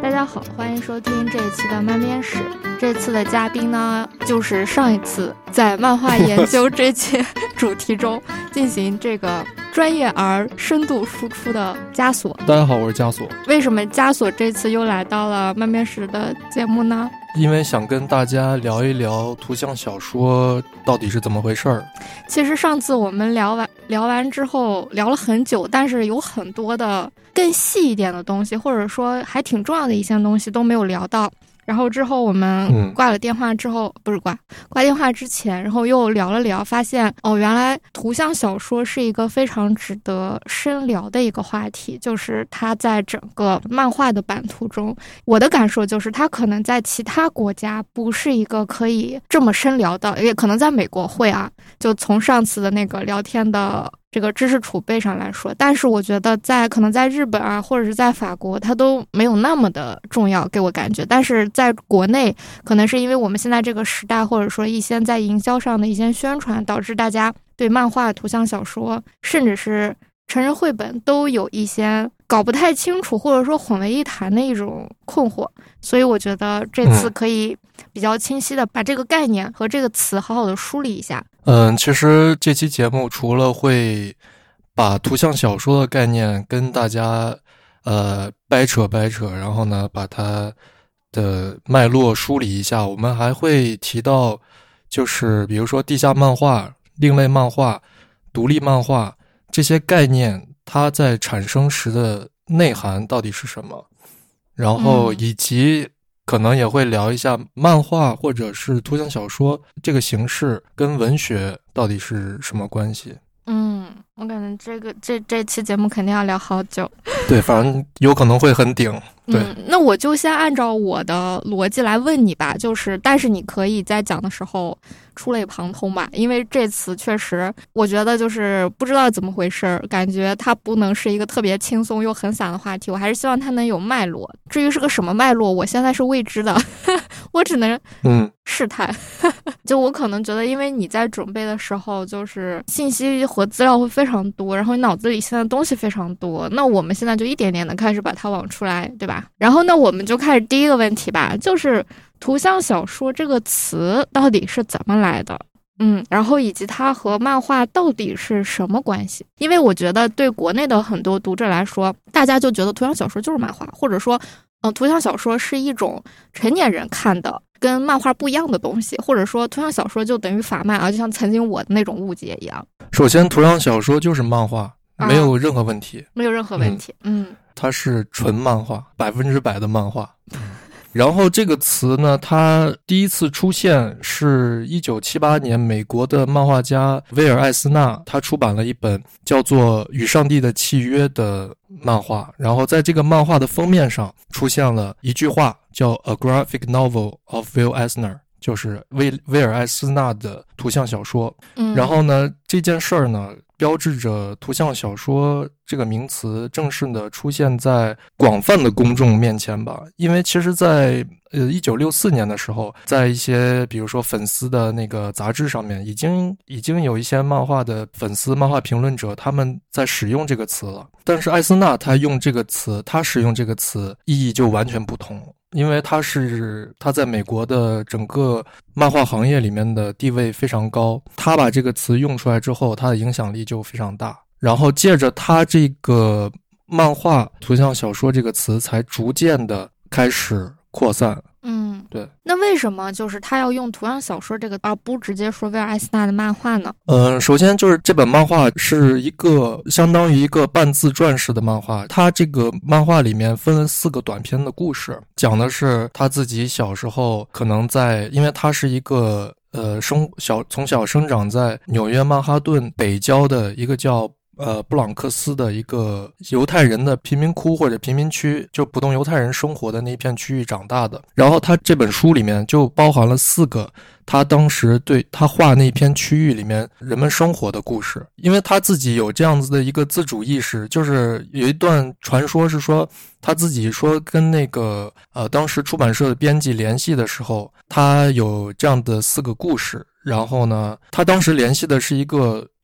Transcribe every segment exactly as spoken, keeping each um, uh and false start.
大家好，欢迎收听这一期的漫面史。这次的嘉宾呢，就是上一次在漫画研究这期主题中进行这个专业而深度输出的枷锁。 大家好，我是枷锁。 为什么枷锁这次又来到了漫面史的节目呢？ 因为想跟大家聊一聊图像小说到底是怎么回事儿。 其实上次我们聊完聊完之后聊了很久，但是有很多的更细一点的东西，或者说还挺重要的一些东西都没有聊到。然后之后我们挂了电话之后、嗯、不是挂挂电话之前，然后又聊了聊，发现哦，原来图像小说是一个非常值得深聊的一个话题。就是它在整个漫画的版图中，我的感受就是它可能在其他国家不是一个可以这么深聊的，也可能在美国会啊，就从上次的那个聊天的这个知识储备上来说，但是我觉得在可能在日本啊，或者是在法国，它都没有那么的重要，给我感觉。但是在国内，可能是因为我们现在这个时代，或者说一些在营销上的一些宣传，导致大家对漫画、图像小说，甚至是成人绘本都有一些搞不太清楚，或者说混为一谈的一种困惑。所以我觉得这次可以比较清晰的把这个概念和这个词好好的梳理一下。 嗯，其实这期节目除了会把图像小说的概念跟大家呃掰扯掰扯，然后呢把它的脉络梳理一下，我们还会提到就是比如说地下漫画、另类漫画、独立漫画这些概念，它在产生时的内涵到底是什么，然后以及可能也会聊一下漫画或者是图像小说这个形式跟文学到底是什么关系。 嗯，我感觉这个这这期节目肯定要聊好久。 对，反正有可能会很顶。对、 嗯，那我就先按照我的逻辑来问你吧，就是但是你可以在讲的时候触类旁通吧，因为这词确实我觉得就是不知道怎么回事，感觉它不能是一个特别轻松又很散的话题，我还是希望它能有脉络。至于是个什么脉络，我现在是未知的我只能嗯试探就我可能觉得因为你在准备的时候就是信息和资料会非常多，然后你脑子里现在东西非常多，那我们现在就一点点的开始把它往出来，对吧？然后呢我们就开始第一个问题吧，就是图像小说这个词到底是怎么来的，嗯，然后以及它和漫画到底是什么关系。因为我觉得对国内的很多读者来说，大家就觉得图像小说就是漫画，或者说嗯，图像小说是一种成年人看的跟漫画不一样的东西，或者说图像小说就等于法漫啊，就像曾经我的那种误解一样。 首先图像小说就是漫画、啊、没有任何问题， 没有任何问题。 嗯, 嗯它是纯漫画，百分之百的漫画。然后这个词呢，它第一次出现是一九七八年美国的漫画家威尔艾斯纳，他出版了一本叫做《与上帝的契约》的漫画，然后在这个漫画的封面上出现了一句话叫 A Graphic Novel of Will Eisner， 就是威威尔艾斯纳的图像小说。 嗯， 然后呢这件事儿呢标志着图像小说这个名词正式的出现在广泛的公众面前吧。因为其实在呃一九六四年的时候，在一些比如说粉丝的那个杂志上面，已经已经有一些漫画的粉丝、漫画评论者他们在使用这个词了。但是艾斯纳他用这个词，他使用这个词意义就完全不同，因为他是他在美国的整个漫画行业里面的地位非常高，他把这个词用出来之后，他的影响力就非常大。然后借着他这个漫画图像小说这个词才逐渐的开始扩散。 嗯， 对。 那为什么就是他要用图像小说这个而不直接说威尔艾斯纳的漫画呢？ 嗯，首先就是这本漫画是一个相当于一个半自传式的漫画，它这个漫画里面分了四个短篇的故事，讲的是他自己小时候可能在，因为他是一个呃生小从小生长在纽约曼哈顿北郊的一个叫呃，布朗克斯的一个犹太人的贫民窟或者贫民区，就普通犹太人生活的那一片区域长大的。然后他这本书里面就包含了四个他当时对他画那片区域里面人们生活的故事。因为他自己有这样子的一个自主意识，就是有一段传说是说他自己说跟那个呃当时出版社的编辑联系的时候，他有这样的四个故事。然后呢他当时联系的是一个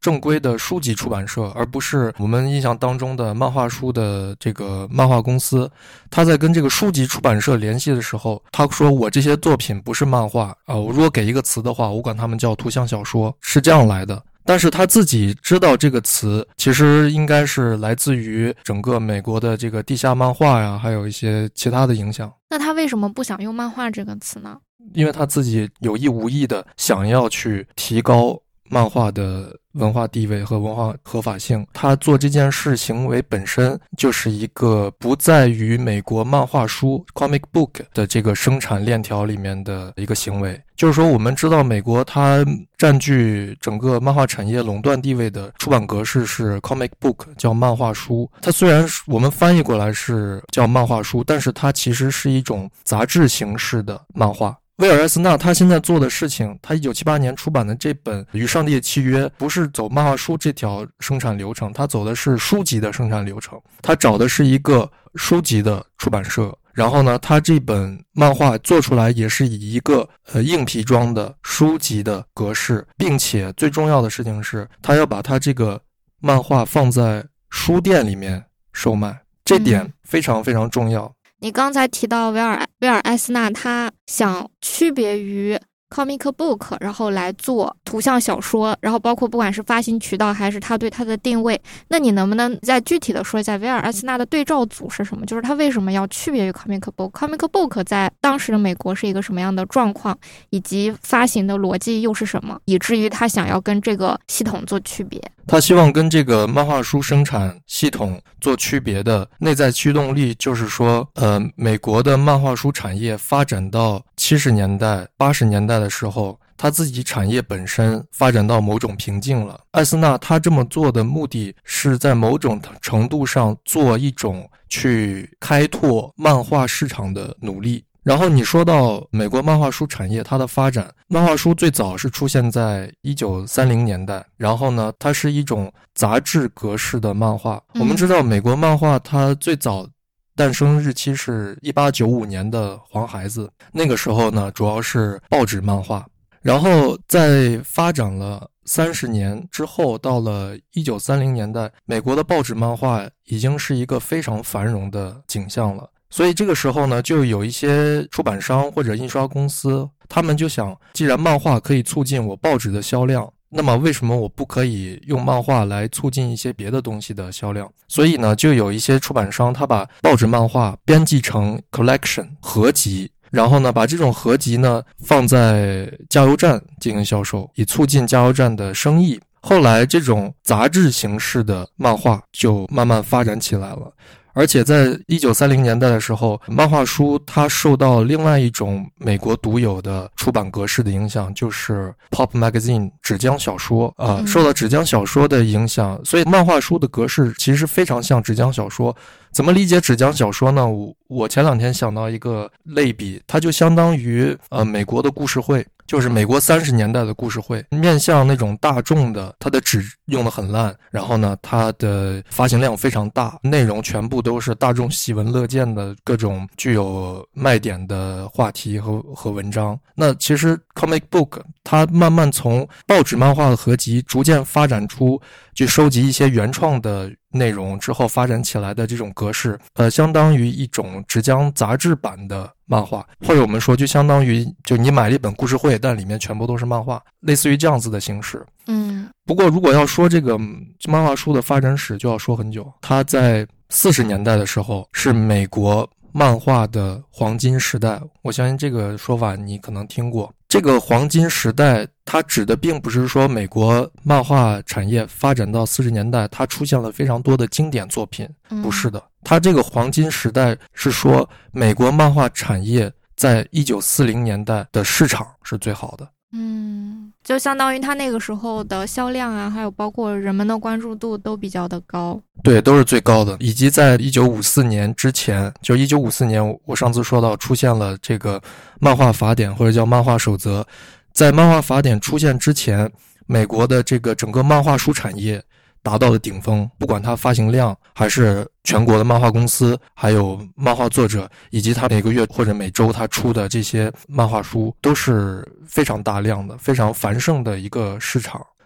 正规的书籍出版社，而不是我们印象当中的漫画书的这个漫画公司。他在跟这个书籍出版社联系的时候，他说我这些作品不是漫画啊、呃，我如果给一个词的话，我管他们叫图像小说，是这样来的。但是他自己知道这个词其实应该是来自于整个美国的这个地下漫画呀，还有一些其他的影响。 那他为什么不想用漫画这个词呢？ 因为他自己有意无意的想要去提高漫画的文化地位和文化合法性，他做这件事行为本身就是一个不在于美国漫画书 comic book 的这个生产链条里面的一个行为。就是说我们知道美国它占据整个漫画产业垄断地位的出版格式是 comic book， 叫漫画书。它虽然我们翻译过来是叫漫画书，但是它其实是一种杂志形式的漫画。威尔·艾斯纳他现在做的事情，他一九七八年出版的这本《与上帝的契约》不是走漫画书这条生产流程，他走的是书籍的生产流程。他找的是一个书籍的出版社，然后呢，他这本漫画做出来也是以一个呃硬皮装的书籍的格式，并且最重要的事情是，他要把他这个漫画放在书店里面售卖，这点非常非常重要。嗯， 你刚才提到威尔威尔艾斯纳，他想区别于 comic book， 然后来做图像小说，然后包括不管是发行渠道还是他对它的定位，那你能不能再具体的说一下威尔艾斯纳的对照组是什么？就是他为什么要区别于 comic book？ comic book 在当时的美国是一个什么样的状况，以及发行的逻辑又是什么，以至于他想要跟这个系统做区别？ 他希望跟这个漫画书生产系统做区别的内在驱动力，就是说呃，美国的漫画书产业发展到七十年代八十年代的时候，他自己产业本身发展到某种瓶颈了。艾斯纳他这么做的目的是在某种程度上做一种去开拓漫画市场的努力。然后你说到美国漫画书产业它的发展，漫画书最早是出现在一九三零年代，然后呢，它是一种杂志格式的漫画。我们知道美国漫画它最早诞生日期是一八九五年的黄孩子，那个时候呢主要是报纸漫画。然后在发展了三十年之后，到了一九三零年代，美国的报纸漫画已经是一个非常繁荣的景象了。所以这个时候呢，就有一些出版商或者印刷公司，他们就想，既然漫画可以促进我报纸的销量，那么为什么我不可以用漫画来促进一些别的东西的销量？所以呢，就有一些出版商他把报纸漫画编辑成 collection 合集，然后呢把这种合集呢放在加油站进行销售，以促进加油站的生意。后来这种杂志形式的漫画就慢慢发展起来了。而且在一九三零年代的时候，漫画书它受到另外一种美国独有的出版格式的影响，就是 pop magazine 纸浆小说啊、呃，受到纸浆小说的影响，所以漫画书的格式其实非常像纸浆小说。怎么理解纸浆小说呢？我我前两天想到一个类比，它就相当于呃美国的故事会，就是美国三十年代的故事会，面向那种大众的，它的纸用得很烂，然后呢它的发行量非常大，内容全部都是大众喜闻乐见的各种具有卖点的话题和和文章。那其实 comic book 它慢慢从报纸漫画的合集逐渐发展出去收集一些原创的内容之后发展起来的这种格式，呃，相当于一种纸浆杂志版的漫画，或者我们说就相当于就你买了一本故事会，但里面全部都是漫画，类似于这样子的形式。 嗯， 不过如果要说这个漫画书的发展史，就要说很久。它在四十年代的时候是美国漫画的黄金时代，我相信这个说法你可能听过。这个黄金时代它指的并不是说美国漫画产业发展到四十年代它出现了非常多的经典作品，不是的。它这个黄金时代是说美国漫画产业在一九四零年代的市场是最好的。 嗯，就相当于它那个时候的销量啊，还有包括人们的关注度都比较的高。 对，都是最高的。以及在一九五四年之前，就一九五四年我上次说到出现了这个漫画法典或者叫漫画守则，在漫画法典出现之前，美国的这个整个漫画书产业达到了顶峰，不管它发行量还是全国的漫画公司还有漫画作者，以及它每个月或者每周它出的这些漫画书都是非常大量的非常繁盛的一个市场。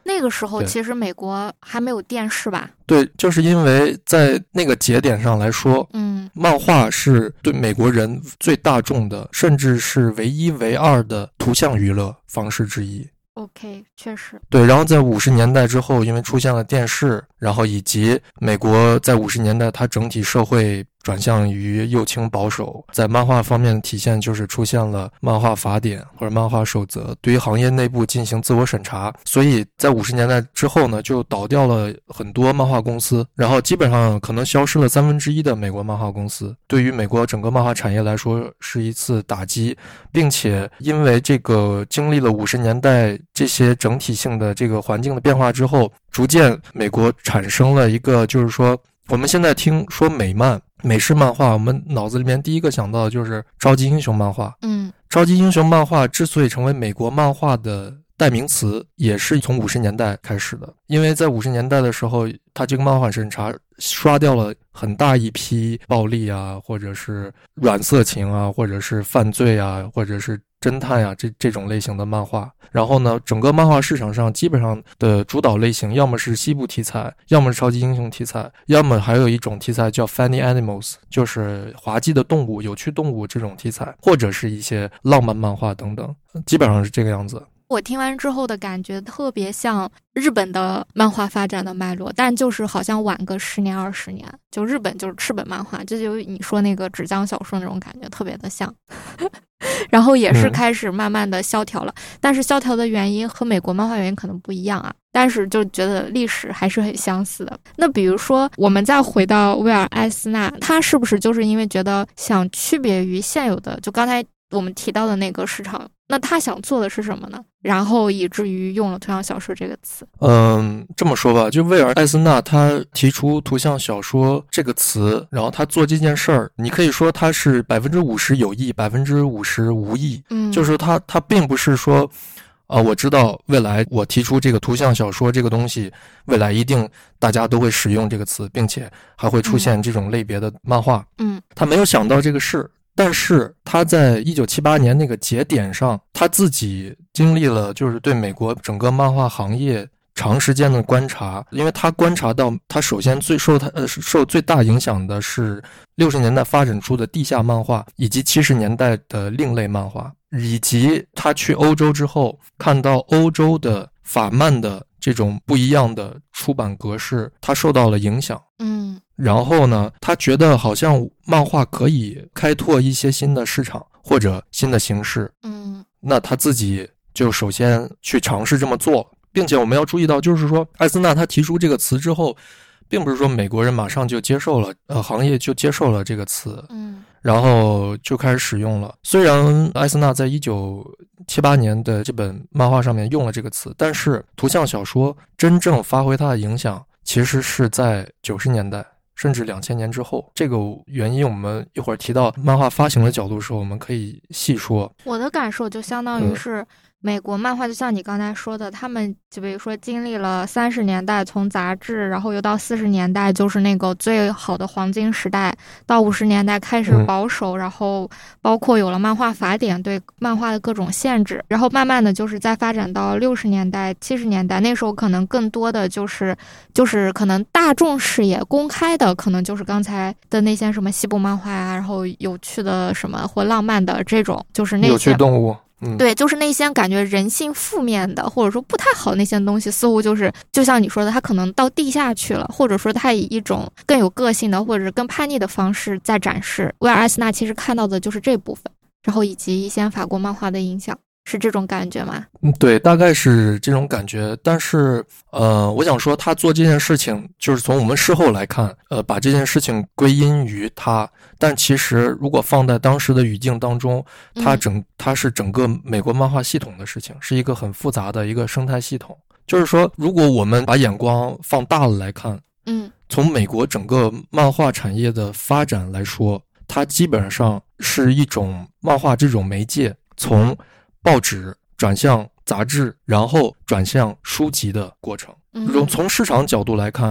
那个时候其实美国还没有电视吧？ 对，就是因为在那个节点上来说， 嗯， 漫画是对美国人最大众的，甚至是唯一唯二的图像娱乐方式之一。 OK， 确实。 对，然后在五十年代之后，因为出现了电视，然后以及美国在五十年代它整体社会转向于右倾保守，在漫画方面的体现就是出现了漫画法典或者漫画守则，对于行业内部进行自我审查，所以在五十年代之后呢，就倒掉了很多漫画公司，然后基本上可能消失了三分之一的美国漫画公司，对于美国整个漫画产业来说是一次打击，并且因为这个经历了五十年代这些整体性的这个环境的变化之后，逐渐美国产生了一个，就是说我们现在听说美漫美式漫画，我们脑子里面第一个想到的就是超级英雄漫画。 嗯， 超级英雄漫画之所以成为美国漫画的代名词，也是从五十年代开始的。因为在五十年代的时候，它这个漫画审查刷掉了很大一批暴力啊，或者是软色情啊，或者是犯罪啊，或者是侦探呀、啊，这这种类型的漫画。然后呢，整个漫画市场上基本上的主导类型，要么是西部题材，要么是超级英雄题材，要么还有一种题材叫 funny animals， 就是滑稽的动物、有趣动物这种题材，或者是一些浪漫漫画等等，基本上是这个样子。 我听完之后的感觉特别像日本的漫画发展的脉络，但就是好像晚个十年二十年，就日本就是赤本漫画，这就你说那个纸浆小说那种感觉特别的像然后也是开始慢慢的萧条了、嗯、但是萧条的原因和美国漫画原因可能不一样啊，但是就觉得历史还是很相似的。那比如说我们再回到威尔艾斯纳，他是不是就是因为觉得想区别于现有的就刚才我们提到的那个市场，那他想做的是什么呢？然后以至于用了图像小说这个词。 嗯，这么说吧，就威尔艾斯纳他提出图像小说这个词，然后他做这件事儿，你可以说他是百分之五十有意，百分之五十无意。 嗯， 就是他他并不是说啊、呃，我知道未来我提出这个图像小说这个东西，未来一定大家都会使用这个词，并且还会出现这种类别的漫画。 嗯， 他没有想到这个事。但是他在一九七八年那个节点上，他自己经历了就是对美国整个漫画行业长时间的观察，因为他观察到他首先最受他呃受最大影响的是六十年代发展出的地下漫画，以及七十年代的另类漫画，以及他去欧洲之后看到欧洲的法漫的这种不一样的出版格式，他受到了影响。 嗯， 然后呢，他觉得好像漫画可以开拓一些新的市场或者新的形式。 嗯， 那他自己就首先去尝试这么做，并且我们要注意到，就是说艾斯纳他提出这个词之后，并不是说美国人马上就接受了，呃，行业就接受了这个词， 嗯， 然后就开始使用了。虽然艾斯纳在一九七八年的这本漫画上面用了这个词，但是图像小说真正发挥它的影响，其实是在九十年代甚至两千年之后。这个原因我们一会儿提到漫画发行的角度的时候，我们可以细说。 我的感受就相当于是美国漫画，就像你刚才说的，他们就比如说经历了三十年代从杂志，然后又到四十年代就是那个最好的黄金时代，到五十年代开始保守、嗯、然后包括有了漫画法典对漫画的各种限制，然后慢慢的就是再发展到六十年代七十年代，那时候可能更多的就是就是可能大众视野公开的可能就是刚才的那些什么西部漫画啊，然后有趣的什么或浪漫的这种，就是那些有趣动物。嗯， 对，就是那些感觉人性负面的或者说不太好那些东西，似乎就是就像你说的，它可能到地下去了，或者说它以一种更有个性的或者更叛逆的方式在展示。威尔艾斯纳其实看到的就是这部分，然后以及一些法国漫画的影响，是这种感觉吗？ 嗯，对，大概是这种感觉。但是呃，我想说他做这件事情，就是从我们事后来看，呃，把这件事情归因于他，但其实如果放在当时的语境当中，它整它是整个美国漫画系统的事情，是一个很复杂的一个生态系统。就是说，如果我们把眼光放大了来看， 嗯， 从美国整个漫画产业的发展来说，它基本上是一种漫画这种媒介从报纸转向杂志，然后转向书籍的过程。 嗯， 从市场角度来看，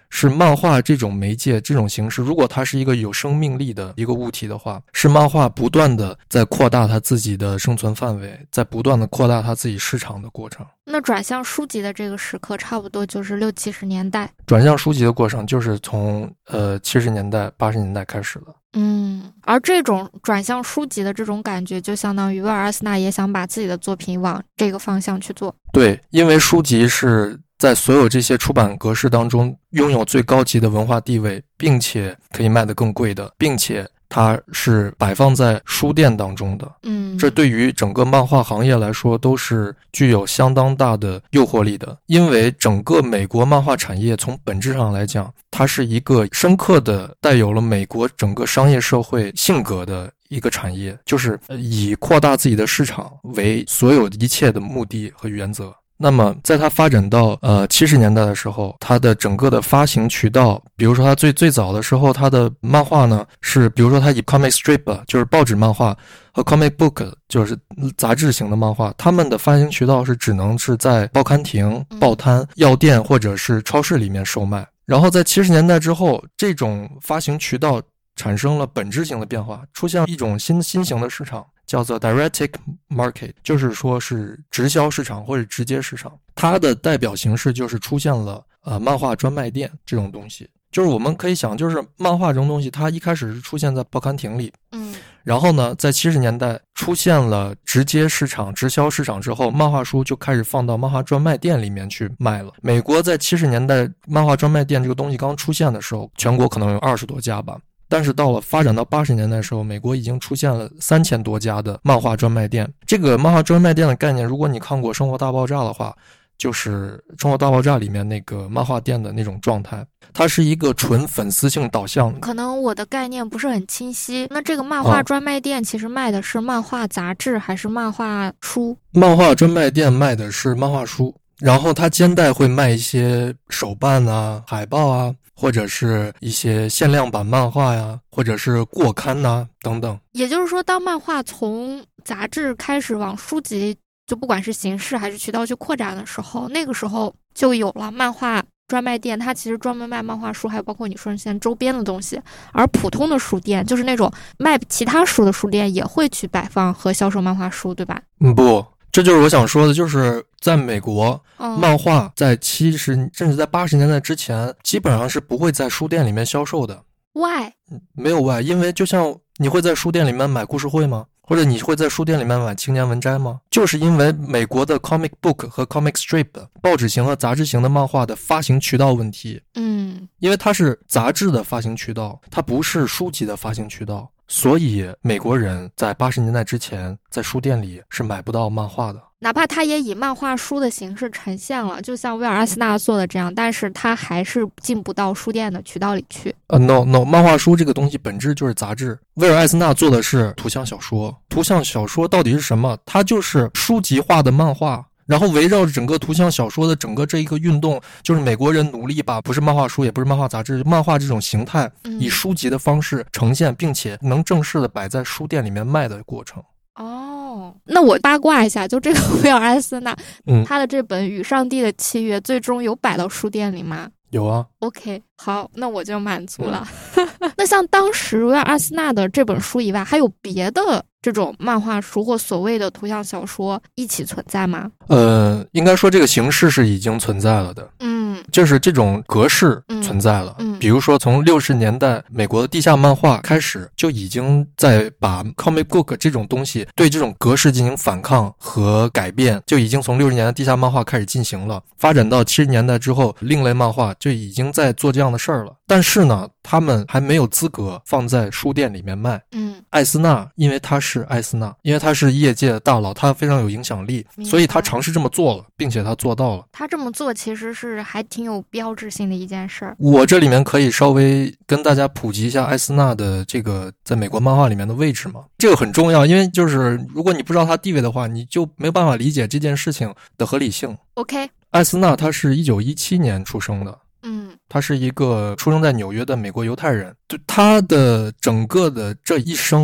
是漫画这种媒介这种形式，如果它是一个有生命力的一个物体的话，是漫画不断的在扩大它自己的生存范围，在不断的扩大它自己市场的过程。 那转向书籍的这个时刻差不多就是六七十年代。 转向书籍的过程就是从呃七十年代八十年代开始的。 嗯，而这种转向书籍的这种感觉，就相当于威尔艾斯纳也想把自己的作品往这个方向去做。 对，因为书籍是在所有这些出版格式当中拥有最高级的文化地位，并且可以卖得更贵的，并且它是摆放在书店当中的。 嗯， 这对于整个漫画行业来说都是具有相当大的诱惑力的。因为整个美国漫画产业从本质上来讲，它是一个深刻的带有了美国整个商业社会性格的一个产业，就是以扩大自己的市场为所有一切的目的和原则。那么在它发展到呃七十年代的时候，它的整个的发行渠道，比如说它最最早的时候，它的漫画呢是比如说它以 comic strip 就是报纸漫画和 comic book 就是杂志型的漫画，他们的发行渠道是只能是在报刊亭、报摊、药店或者是超市里面售卖。然后在七十年代之后，这种发行渠道产生了本质性的变化，出现一种新新型的市场，叫做 direct market， 就是说是直销市场或者直接市场。它的代表形式就是出现了呃漫画专卖店这种东西。就是我们可以想，就是漫画这种东西，它一开始是出现在报刊亭里， 嗯， 然后呢，在七十年代出现了直接市场、直销市场之后，漫画书就开始放到漫画专卖店里面去卖了。美国在七十年代漫画专卖店这个东西刚出现的时候，全国可能有二十多家吧。但是到了发展到八十年代的时候，美国已经出现了三千多家的漫画专卖店。这个漫画专卖店的概念，如果你看过《生活大爆炸》的话，就是《生活大爆炸》里面那个漫画店的那种状态，它是一个纯粉丝性导向的。 可能我的概念不是很清晰。那这个漫画专卖店其实卖的是漫画杂志还是漫画书？ 漫画专卖店卖的是漫画书，然后它兼带会卖一些手办啊、海报啊，或者是一些限量版漫画呀，或者是过刊呐、啊、等等。 也就是说，当漫画从杂志开始往书籍，就不管是形式还是渠道去扩展的时候，那个时候就有了漫画专卖店，它其实专门卖漫画书，还有包括你说现在周边的东西。而普通的书店，就是那种卖其他书的书店，也会去摆放和销售漫画书，对吧？ 嗯，不，这就是我想说的，就是在美国， 嗯、 漫画在七十甚至在八十年代之前，基本上是不会在书店里面销售的。 Why？ 没有 why， 因为就像你会在书店里面买故事会吗？或者你会在书店里面买青年文摘吗？就是因为美国的 comic book 和 comic strip 报纸型和杂志型的漫画的发行渠道问题。 嗯， 因为它是杂志的发行渠道，它不是书籍的发行渠道，所以美国人在八十年代之前在书店里是买不到漫画的。 哪怕他也以漫画书的形式呈现了，就像威尔艾斯纳做的这样，但是他还是进不到书店的渠道里去。 呃、uh, no no， 漫画书这个东西本质就是杂志。威尔艾斯纳做的是图像小说，图像小说到底是什么？它就是书籍化的漫画。然后围绕着整个图像小说的整个这一个运动，就是美国人努力把不是漫画书也不是漫画杂志，漫画这种形态以书籍的方式呈现，并且能正式的摆在书店里面卖的过程。 哦，那我八卦一下，就这个威尔艾斯纳， 嗯， 他的这本《与上帝的契约》最终有摆到书店里吗？ 有啊。 OK， 好，那我就满足了。嗯、那像当时威尔艾斯纳的这本书以外，还有别的这种漫画书或所谓的图像小说一起存在吗？ 呃，应该说这个形式是已经存在了的。 嗯， 就是这种格式存在了。 嗯，嗯比如说从六十年代美国的地下漫画开始，就已经在把 comic book 这种东西对这种格式进行反抗和改变，就已经从六十年代地下漫画开始进行了。发展到七十年代之后，另类漫画就已经在做这样的事儿了。但是呢，他们还没有资格放在书店里面卖。 嗯， 艾斯纳因为他是艾斯纳，因为他是业界的大佬，他非常有影响力，所以他尝试这么做了，并且他做到了。 他这么做其实是还挺有标志性的一件事儿。 我这里面可以稍微跟大家普及一下艾斯纳的这个在美国漫画里面的位置吗？这个很重要，因为就是如果你不知道他地位的话，你就没有办法理解这件事情的合理性。 OK， 艾斯纳他是一九一七年出生的。 嗯， 他是一个出生在纽约的美国犹太人，就他的整个的这一生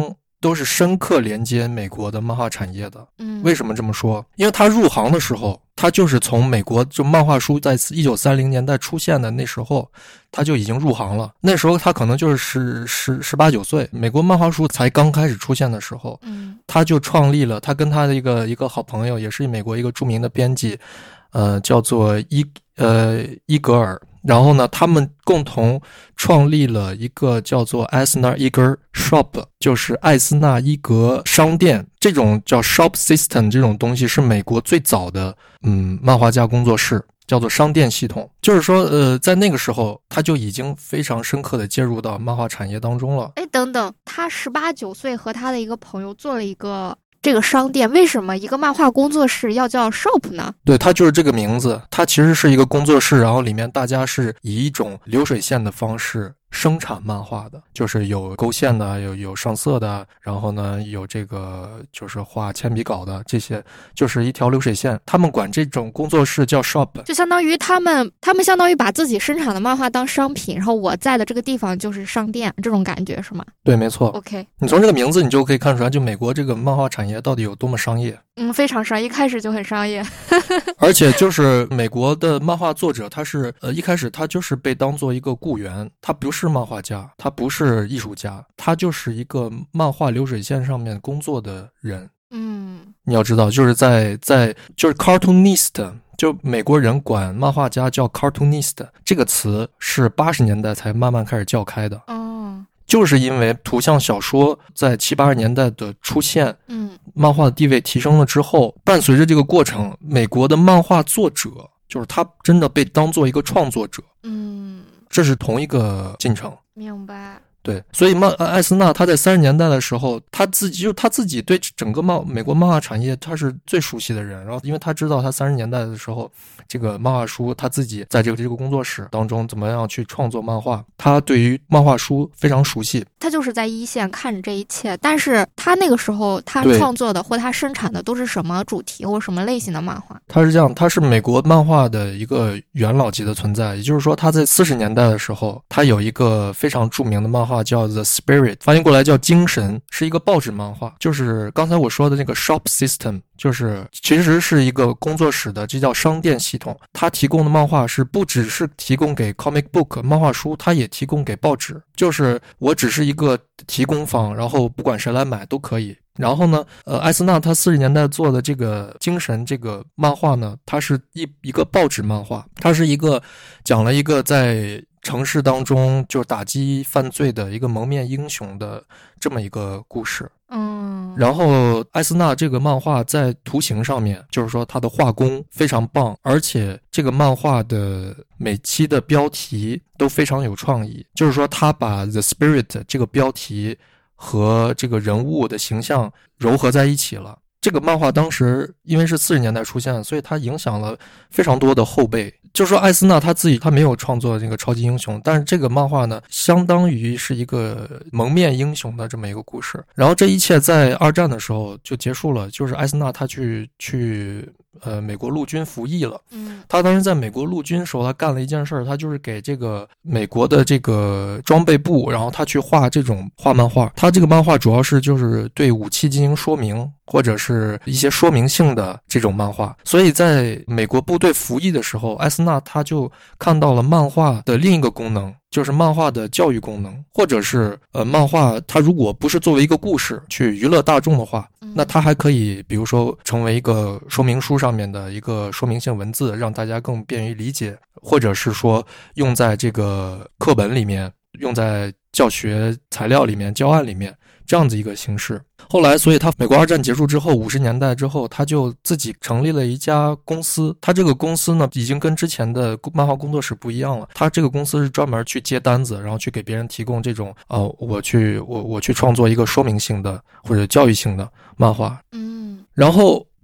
都是深刻连接美国的漫画产业的。 嗯， 为什么这么说？因为他入行的时候，他就是从美国就漫画书在一九三零年代出现的那时候，他就已经入行了。那时候他可能就是十十十八九岁，美国漫画书才刚开始出现的时候， 嗯， 他就创立了，他跟他的一个一个好朋友，也是美国一个著名的编辑，呃，叫做伊呃伊格尔。然后呢，他们共同创立了一个叫做艾斯纳伊格 Shop， 就是艾斯纳伊格商店。这种叫 Shop System 这种东西是美国最早的嗯漫画家工作室，叫做商店系统。就是说呃，在那个时候他就已经非常深刻的介入到漫画产业当中了。 哎，等等，他十八九岁和他的一个朋友做了一个这个商店，为什么一个漫画工作室要叫 shop 呢？ 对，它就是这个名字，它其实是一个工作室，然后里面大家是以一种流水线的方式生产漫画的，就是有勾线的，有有上色的，然后呢有这个就是画铅笔稿的，这些就是一条流水线。他们管这种工作室叫 shop， 就相当于他们他们相当于把自己生产的漫画当商品，然后我在的这个地方就是商店，这种感觉是吗？ 对，没错。 OK， 你从这个名字你就可以看出来，就美国这个漫画产业到底有多么商业。 嗯，非常商业，一开始就很商业。 而且就是美国的漫画作者，他是呃一开始他就是被当做一个雇员，他不是漫画家，他不是艺术家，他就是一个漫画流水线上面工作的人。 嗯， 你要知道，就是在在就是 cartoonist， 就美国人管漫画家叫 cartoonist， 这个词是八十年代才慢慢开始叫开的。 哦， 就是因为图像小说在七八十年代的出现， 嗯， 漫画的地位提升了之后，伴随着这个过程，美国的漫画作者就是他真的被当做一个创作者， 嗯， 这是同一个进程。 明白。 对，所以漫艾斯纳他在三十年代的时候，他自己就他自己对整个漫美国漫画产业他是最熟悉的人，然后因为他知道他三十年代的时候，这个漫画书他自己在这个这个工作室当中怎么样去创作漫画，他对于漫画书非常熟悉。 他就是在一线看着这一切，但是他那个时候他创作的或他生产的都是什么主题或什么类型的漫画？ 他是这样，他是美国漫画的一个元老级的存在，也就是说他在四十年代的时候，他有一个非常著名的漫画叫 The Spirit， 翻译过来叫精神，是一个报纸漫画，就是刚才我说的那个 Shop System， 就是其实是一个工作室的，这叫商店系统。他提供的漫画是不只是提供给 comic book 漫画书，他也提供给报纸，就是我只是一个提供方，然后不管谁来买都可以。然后呢，呃，艾斯纳他四十年代做的这个精神这个漫画呢，它是一一个报纸漫画，它是一个讲了一个在城市当中就打击犯罪的一个蒙面英雄的这么一个故事。 嗯， 然后艾斯纳这个漫画在图形上面，就是说它的画工非常棒，而且这个漫画的每期的标题都非常有创意，就是说他把 The Spirit 这个标题和这个人物的形象糅合在一起了。这个漫画当时因为是四十年代出现，所以它影响了非常多的后辈。就是说艾斯纳他自己他没有创作这个超级英雄，但是这个漫画呢相当于是一个蒙面英雄的这么一个故事。然后这一切在二战的时候就结束了，就是艾斯纳他去去呃美国陆军服役了。 嗯， 他当时在美国陆军的时候，他干了一件事，他就是给这个美国的这个装备部，然后他去画这种画漫画。他这个漫画主要是就是对武器进行说明，或者是一些说明性的这种漫画。所以在美国部队服役的时候，艾斯纳他就看到了漫画的另一个功能，就是漫画的教育功能，或者是呃，漫画它如果不是作为一个故事去娱乐大众的话，那它还可以比如说成为一个说明书上面的一个说明性文字，让大家更便于理解，或者是说用在这个课本里面，用在教学材料里面，教案里面，这样子一个形式。后来所以他美国二战结束之后，五十年代之后，他就自己成立了一家公司。他这个公司呢已经跟之前的漫画工作室不一样了，他这个公司是专门去接单子，然后去给别人提供这种呃我去我我去创作一个说明性的或者教育性的漫画。 嗯， 然后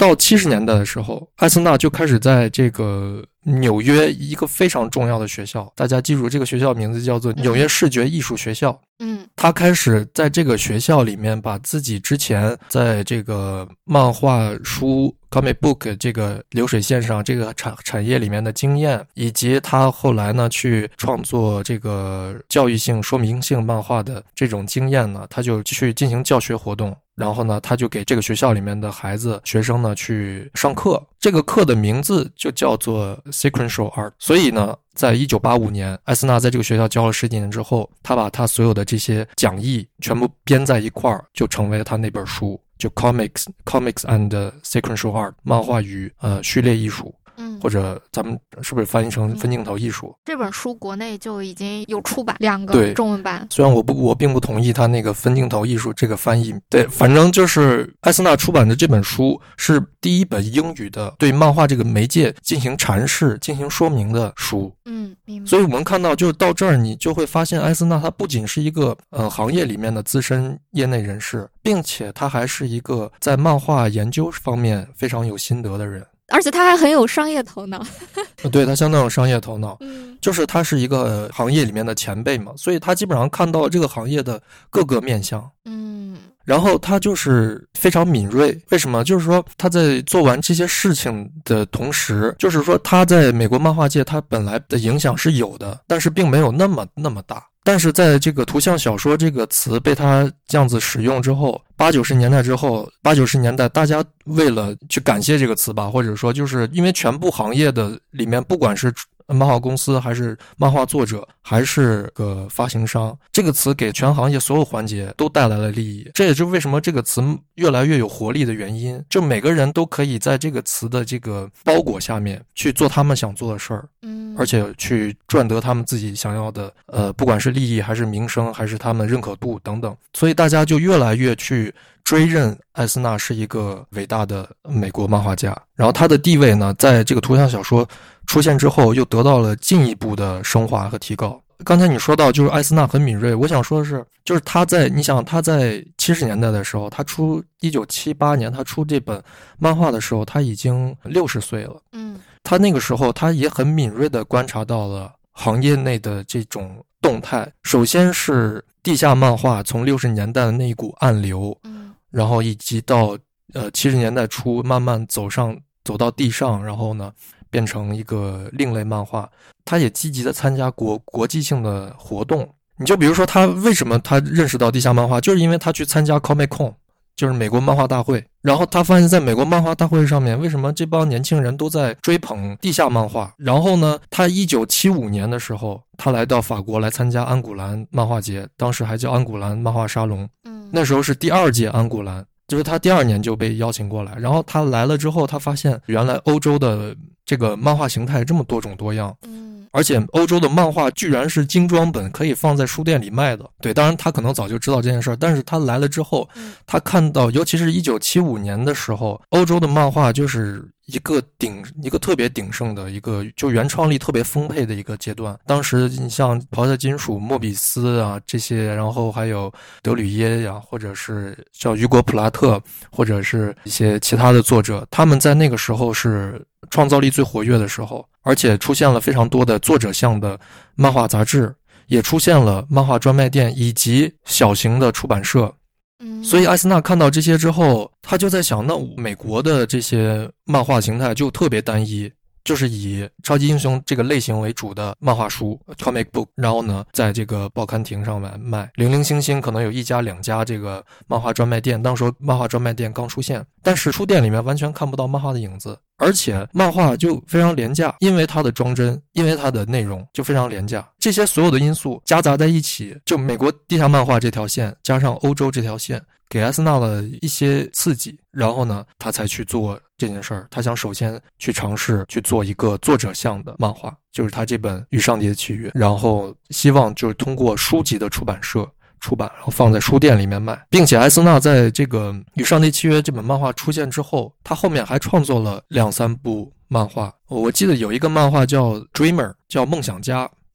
到七十年代的时候，艾森纳就开始在这个纽约一个非常重要的学校，大家记住这个学校名字叫做纽约视觉艺术学校。 嗯， 他开始在这个学校里面把自己之前在这个漫画书 comic book 这个流水线上这个产产业里面的经验，以及他后来呢去创作这个教育性说明性漫画的这种经验呢，他就去进行教学活动。然后呢，他就给这个学校里面的孩子学生呢去上课，这个课的名字就叫做 Sequential Art。 所以呢，在一九八五年，艾斯纳在这个学校教了十几年之后，他把他所有的这些讲义全部编在一块儿，就成为了他那本书，就 Comics Comics and Sequential Art 漫画与呃序列艺术。 嗯， 或者咱们是不是翻译成分镜头艺术？ 这本书国内就已经有出版两个中文版。 虽然我不我并不同意他那个分镜头艺术这个翻译，对，反正就是艾斯纳出版的这本书是第一本英语的对漫画这个媒介进行阐释、进行说明的书。 嗯，明白。 所以我们看到，就是到这儿，你就会发现艾斯纳他不仅是一个呃行业里面的资深业内人士，并且他还是一个在漫画研究方面非常有心得的人。 而且他还很有商业头脑。 对，他相当有商业头脑。 嗯， 就是他是一个行业里面的前辈嘛，所以他基本上看到这个行业的各个面向。 嗯， 然后他就是非常敏锐。为什么？就是说他在做完这些事情的同时，就是说他在美国漫画界他本来的影响是有的，但是并没有那么那么大。但是在这个图像小说这个词被他这样子使用之后，八九十年代之后，八九十年代大家为了去感谢这个词吧，或者说就是因为全部行业的里面，不管是漫画公司还是漫画作者还是个发行商，这个词给全行业所有环节都带来了利益。这也是为什么这个词越来越有活力的原因，就每个人都可以在这个词的这个包裹下面去做他们想做的事儿， 嗯， 而且去赚得他们自己想要的呃，不管是利益还是名声还是他们认可度等等。所以大家就越来越去追认艾斯纳是一个伟大的美国漫画家。然后他的地位呢，在这个图像小说出现之后又得到了进一步的升华和提高。刚才你说到就是艾斯纳很敏锐，我想说的是，就是他在你想他在七十年代的时候，他出一九七八年他出这本漫画的时候，他已经六十岁了。 嗯， 他那个时候他也很敏锐地观察到了行业内的这种动态。首先是地下漫画从六十年代的那一股暗流， 嗯， 然后以及到呃七十年代初慢慢走上走到地上，然后呢变成一个另类漫画。他也积极的参加国国际性的活动。你就比如说他为什么他认识到地下漫画，就是因为他去参加 Comic Con， 就是美国漫画大会，然后他发现在美国漫画大会上面，为什么这帮年轻人都在追捧地下漫画。然后呢，他一九七五年的时候，他来到法国来参加安古兰漫画节，当时还叫安古兰漫画沙龙。 嗯， 那时候是第二届安古兰，就是他第二年就被邀请过来。然后他来了之后，他发现原来欧洲的这个漫画形态这么多种多样。 嗯， 而且欧洲的漫画居然是精装本，可以放在书店里卖的。对，当然他可能早就知道这件事儿，但是他来了之后，他看到，尤其是一九七五年的时候，欧洲的漫画就是一个鼎一个特别鼎盛的一个，就原创力特别丰沛的一个阶段。当时你像咆哮金属、莫比斯啊这些，然后还有德吕耶呀，或者是叫雨果普拉特，或者是一些其他的作者，他们在那个时候是创造力最活跃的时候，而且出现了非常多的作者向的漫画杂志，也出现了漫画专卖店以及小型的出版社。所以艾斯纳看到这些之后，他就在想，那美国的这些漫画形态就特别单一，就是以超级英雄这个类型为主的漫画书 comic book， 然后呢在这个报刊亭上面卖，零零星星可能有一家两家这个漫画专卖店，当时候漫画专卖店刚出现，但是书店里面完全看不到漫画的影子，而且漫画就非常廉价，因为它的装帧，因为它的内容就非常廉价。这些所有的因素夹杂在一起，就美国地下漫画这条线加上欧洲这条线，给艾斯纳了一些刺激，然后呢他才去做这件事儿。他想首先去尝试去做一个作者向的漫画，就是他这本《与上帝的契约》，然后希望就是通过书籍的出版社出版，然后放在书店里面卖。并且艾斯纳在这个《与上帝契约》这本漫画出现之后，他后面还创作了两三部漫画。我记得有一个漫画叫 Dreamer， 叫梦想家，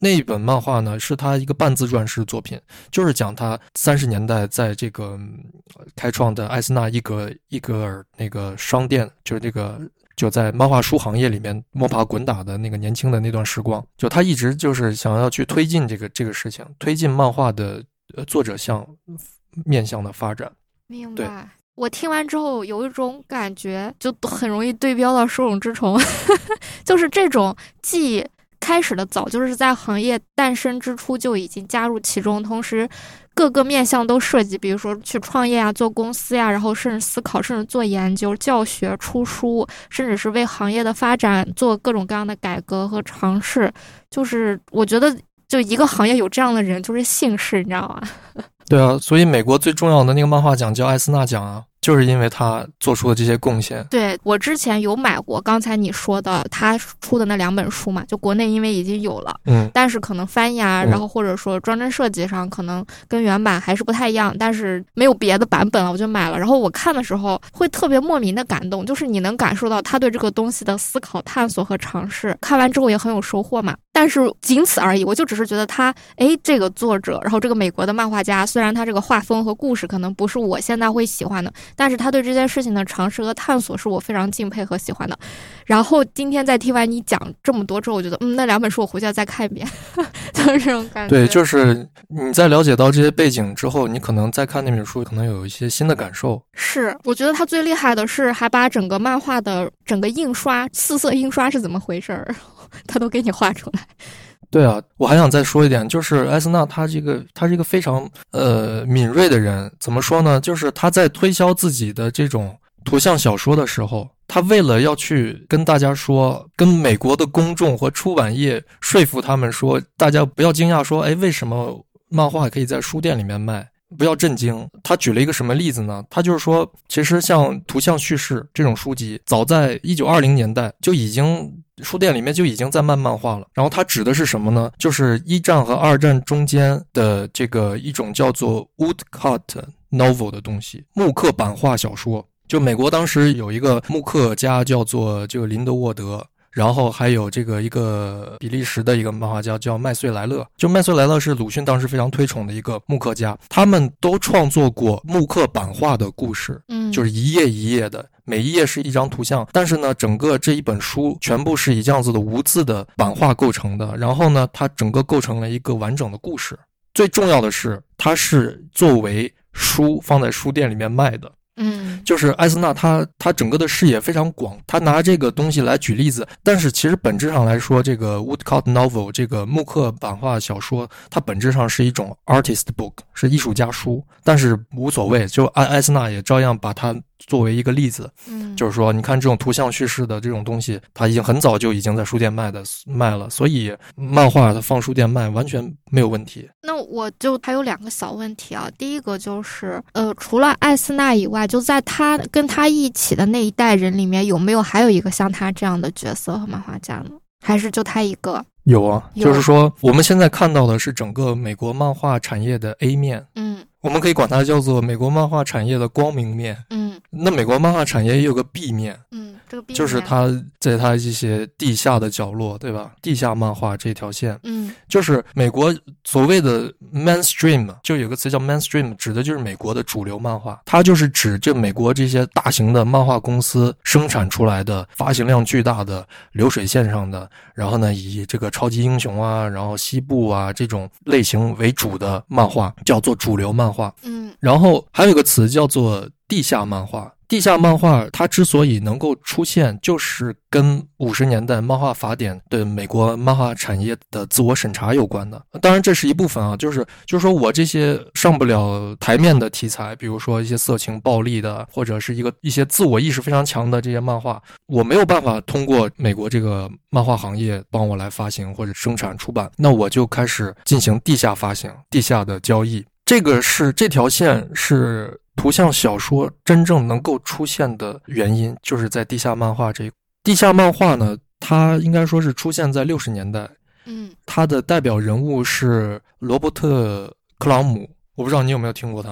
那一本漫画呢，是他一个半自传式作品，就是讲他三十年代在这个开创的艾斯纳伊格伊格尔那个商店，就是这个就在漫画书行业里面摸爬滚打的那个年轻的那段时光，就他一直就是想要去推进这个这个事情，推进漫画的呃作者向面向的发展。 明白。我听完之后有一种感觉，就很容易对标到手冢治虫，就是这种既开始的早，就是在行业诞生之初就已经加入其中，同时各个面向都涉及，比如说去创业啊、做公司呀、啊，然后甚至思考，甚至做研究、教学、出书，甚至是为行业的发展做各种各样的改革和尝试。就是我觉得，就一个行业有这样的人，就是幸事，你知道吗？ 对啊，所以美国最重要的那个漫画奖叫艾斯纳奖啊，就是因为他做出了这些贡献。 对，我之前有买过刚才你说的他出的那两本书嘛，就国内因为已经有了， 嗯， 但是可能翻译啊，然后或者说装帧设计上可能跟原版还是不太一样，但是没有别的版本了，我就买了。然后我看的时候会特别莫名的感动，就是你能感受到他对这个东西的思考、探索和尝试。看完之后也很有收获嘛，但是仅此而已。我就只是觉得他，哎，这个作者，然后这个美国的漫画家，虽然他这个画风和故事可能不是我现在会喜欢的，但是他对这件事情的尝试和探索是我非常敬佩和喜欢的。然后今天在听完你讲这么多之后，我觉得，嗯，那两本书我回去要再看一遍，就是这种感觉。 对，就是你在了解到这些背景之后，你可能再看那本书，可能有一些新的感受。 是，我觉得他最厉害的是还把整个漫画的整个印刷四色印刷是怎么回事儿，他都给你画出来。 对啊，我还想再说一点，就是艾斯纳他这个他是一个非常呃敏锐的人。怎么说呢？就是他在推销自己的这种图像小说的时候，他为了要去跟大家说，跟美国的公众和出版业说服他们说，大家不要惊讶说，哎，为什么漫画可以在书店里面卖？不要震惊。他举了一个什么例子呢？他就是说，其实像图像叙事这种书籍，早在一九二零年代就已经书店里面就已经在卖漫画了。然后他指的是什么呢？就是一战和二战中间的这个一种叫做 woodcut novel 的东西，木刻版画小说。就美国当时有一个木刻家叫做这个林德沃德，然后还有这个一个比利时的一个漫画家叫麦穗莱勒，就麦穗莱勒是鲁迅当时非常推崇的一个木刻家，他们都创作过木刻版画的故事， 嗯， 就是一页一页的，每一页是一张图像，但是呢，整个这一本书全部是以这样子的无字的版画构成的，然后呢，它整个构成了一个完整的故事。最重要的是，它是作为书放在书店里面卖的。 嗯， 就是艾斯纳他他整个的视野非常广，他拿这个东西来举例子，但是其实本质上来说，这个 woodcut novel 这个木刻版画小说，它本质上是一种 artist book， 是艺术家书，但是无所谓，就艾艾斯纳也照样把它作为一个例子， 嗯， 就是说你看这种图像叙事的这种东西，它已经很早就已经在书店卖的卖了，所以漫画它放书店卖完全没有问题。 那我就还有两个小问题啊，第一个就是呃，除了艾斯纳以外，就在他跟他一起的那一代人里面，有没有还有一个像他这样的角色和漫画家呢？还是就他一个？ 有啊，就是说我们现在看到的是整个美国漫画产业的 A 面， 嗯， 我们可以管它叫做美国漫画产业的光明面， 嗯， 那美国漫画产业也有个 B 面， 嗯，这个 B 面就是它在它一些地下的角落，对吧？地下漫画这条线， 嗯， 就是美国所谓的 mainstream， 就有个词叫 mainstream， 指的就是美国的主流漫画，它就是指这美国这些大型的漫画公司生产出来的发行量巨大的流水线上的，然后呢以这个超级英雄啊，然后西部啊这种类型为主的漫画叫做主流漫画。 嗯， 然后还有一个词叫做地下漫画。地下漫画它之所以能够出现，就是跟五十年代漫画法典对美国漫画产业的自我审查有关的。当然这是一部分啊，就是就是说我这些上不了台面的题材，比如说一些色情暴力的，或者是一个一些自我意识非常强的这些漫画，我没有办法通过美国这个漫画行业帮我来发行或者生产出版，那我就开始进行地下发行，地下的交易。这个是这条线是图像小说真正能够出现的原因，就是在地下漫画这一地下漫画呢，它应该说是出现在六十年代。 嗯， 它的代表人物是罗伯特·克朗姆，我不知道你有没有听过他。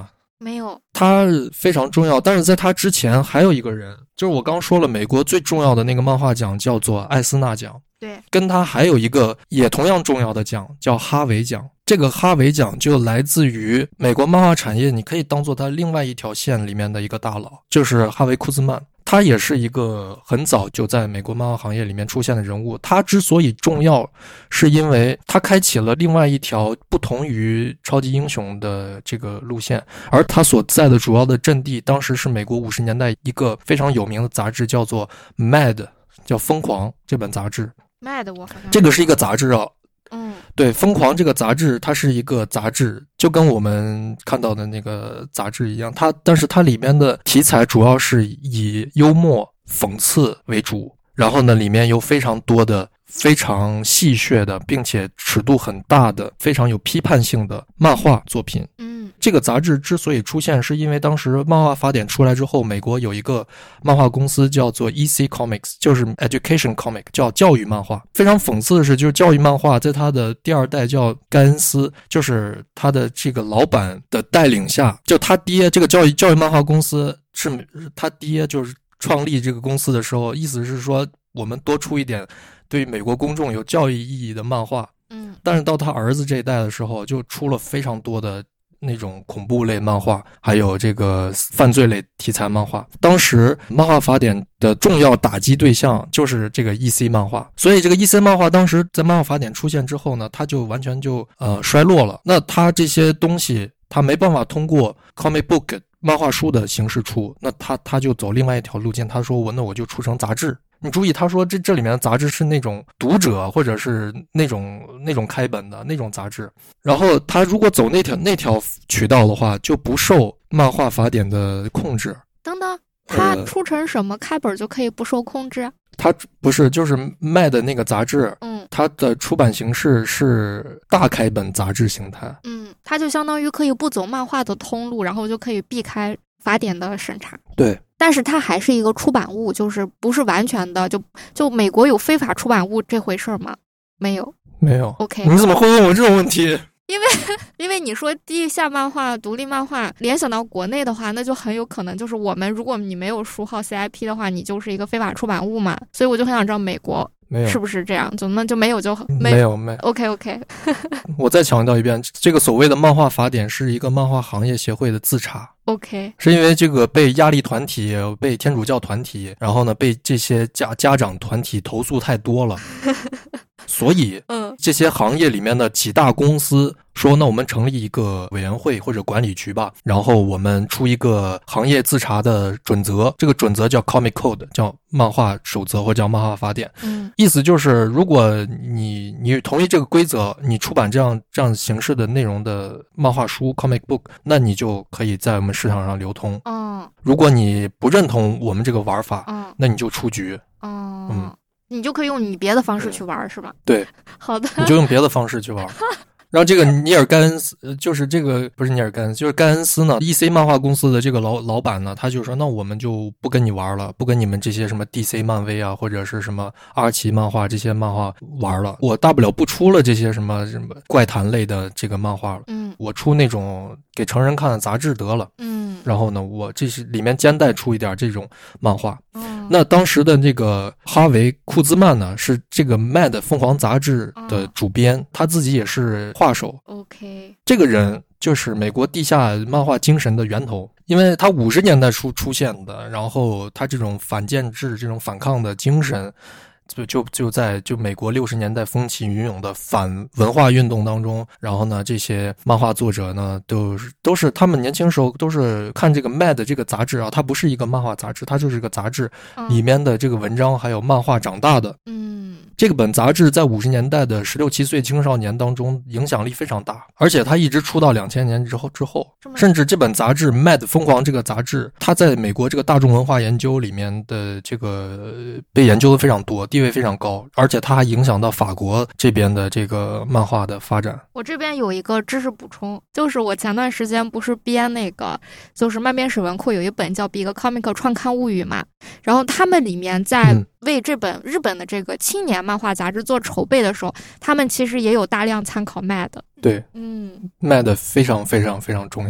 没有。 他非常重要，但是在他之前还有一个人，就是我刚说了，美国最重要的那个漫画奖叫做艾斯纳奖。 对， 跟他还有一个也同样重要的奖叫哈维奖。这个哈维奖就来自于美国漫画产业，你可以当做他另外一条线里面的一个大佬，就是哈维·库兹曼。他也是一个很早就在美国漫画行业里面出现的人物。他之所以重要，是因为他开启了另外一条不同于超级英雄的这个路线，而他所在的主要的阵地当时是美国五十年代一个非常有名的杂志，叫做 Mad， 叫疯狂这本杂志。 Mad 我好像这个是一个杂志啊。 嗯， 对，疯狂这个杂志它是一个杂志，就跟我们看到的那个杂志一样，它但是它里面的题材主要是以幽默讽刺为主，然后呢里面有非常多的非常戏谑的并且尺度很大的非常有批判性的漫画作品。 嗯， 这个杂志之所以出现，是因为当时漫画法典出来之后，美国有一个漫画公司叫做 E C Comics， 就是 Education Comic， 叫教育漫画。非常讽刺的是，就是教育漫画在他的第二代叫盖恩斯，就是他的这个老板的带领下，就他爹这个教育教育漫画公司是他爹就是创立这个公司的时候，意思是说我们多出一点对于美国公众有教育意义的漫画。 嗯， 但是到他儿子这一代的时候，就出了非常多的那种恐怖类漫画，还有这个犯罪类题材漫画。当时漫画法典的重要打击对象就是这个 E C 漫画，所以这个 E C 漫画当时在漫画法典出现之后呢，它就完全就呃衰落了。那它这些东西它没办法通过 comic book 漫画书的形式出，那他他就走另外一条路径，他说我那我就出成杂志。你注意，他说这这里面的杂志是那种读者或者是那种那种开本的那种杂志，然后他如果走那条那条渠道的话，就不受漫画法典的控制。 等等，他出成什么开本就可以不受控制？ 他不是就是卖的那个杂志， 嗯， 它的出版形式是大开本杂志形态。 嗯，它就相当于可以不走漫画的通路，然后就可以避开法典的审查。 对。 但是它还是一个出版物，就是不是完全的，就就美国有非法出版物这回事吗？没有， 没有。 OK， 你怎么会问我这种问题？ 因为因为你说地下漫画、独立漫画，联想到国内的话，那就很有可能就是我们，如果你没有书号 C I P 的话，你就是一个非法出版物嘛。所以我就很想知道美国是不是这样？怎么就没有就没没有没有 OK OK 我再强调一遍，这个所谓的漫画法典是一个漫画行业协会的自查。 OK， 是因为这个被压力团体、被天主教团体，然后呢被这些家家长团体投诉太多了，所以嗯， 这些行业里面的几大公司说，那我们成立一个委员会或者管理局吧，然后我们出一个行业自查的准则，这个准则叫 Comic Code， 叫漫画守则或者叫漫画法典。 嗯， 意思就是如果你你同意这个规则，你出版这样这样形式的内容的漫画书 Comic Book， 那你就可以在我们市场上流通。 哦， 如果你不认同我们这个玩法， 嗯， 那你就出局。 哦， 嗯， 你就可以用你别的方式去玩，是吧？ 对， 好的， 你就用别的方式去玩。然后这个尼尔盖恩斯，就是这个不是尼尔盖恩斯，就是盖恩斯呢 ，E C 漫画公司的这个老老板呢，他就说，那我们就不跟你玩了，不跟你们这些什么 D C 漫威啊，或者是什么阿奇漫画这些漫画玩了，我大不了不出了这些什么什么怪谈类的这个漫画了， 嗯， 我出那种给成人看的杂志得了， 嗯， 然后呢，我这是里面兼带出一点这种漫画。 嗯， 那当时的那个哈维·库兹曼呢，是这个 Mad 凤凰杂志的主编，哦，他自己也是画手。 OK， 这个人就是美国地下漫画精神的源头，因为他五十年代初出现的，然后他这种反建制、这种反抗的精神，就就就在就美国六十年代风起云涌的反文化运动当中，然后呢，这些漫画作者呢，都是都是他们年轻时候都是看这个 Mad 这个杂志啊，它不是一个漫画杂志，它就是个杂志，里面的这个文章还有漫画长大的。 嗯， 这个本杂志在五十年代的十六七岁青少年当中影响力非常大，而且它一直出到两千年之后之后，甚至这本杂志 Mad 疯狂这个杂志，它在美国这个大众文化研究里面的这个被研究的非常多，地位非常高，而且它还影响到法国这边的这个漫画的发展。 我这边有一个知识补充，就是我前段时间不是编那个，就是漫编史文库有一本叫《比格 Comic 创刊物语》嘛，然后他们里面在为这本日本的这个青年漫画杂志做筹备的时候，他们其实也有大量参考 Mad。 对， 嗯 ，Mad 非常非常非常重要。 那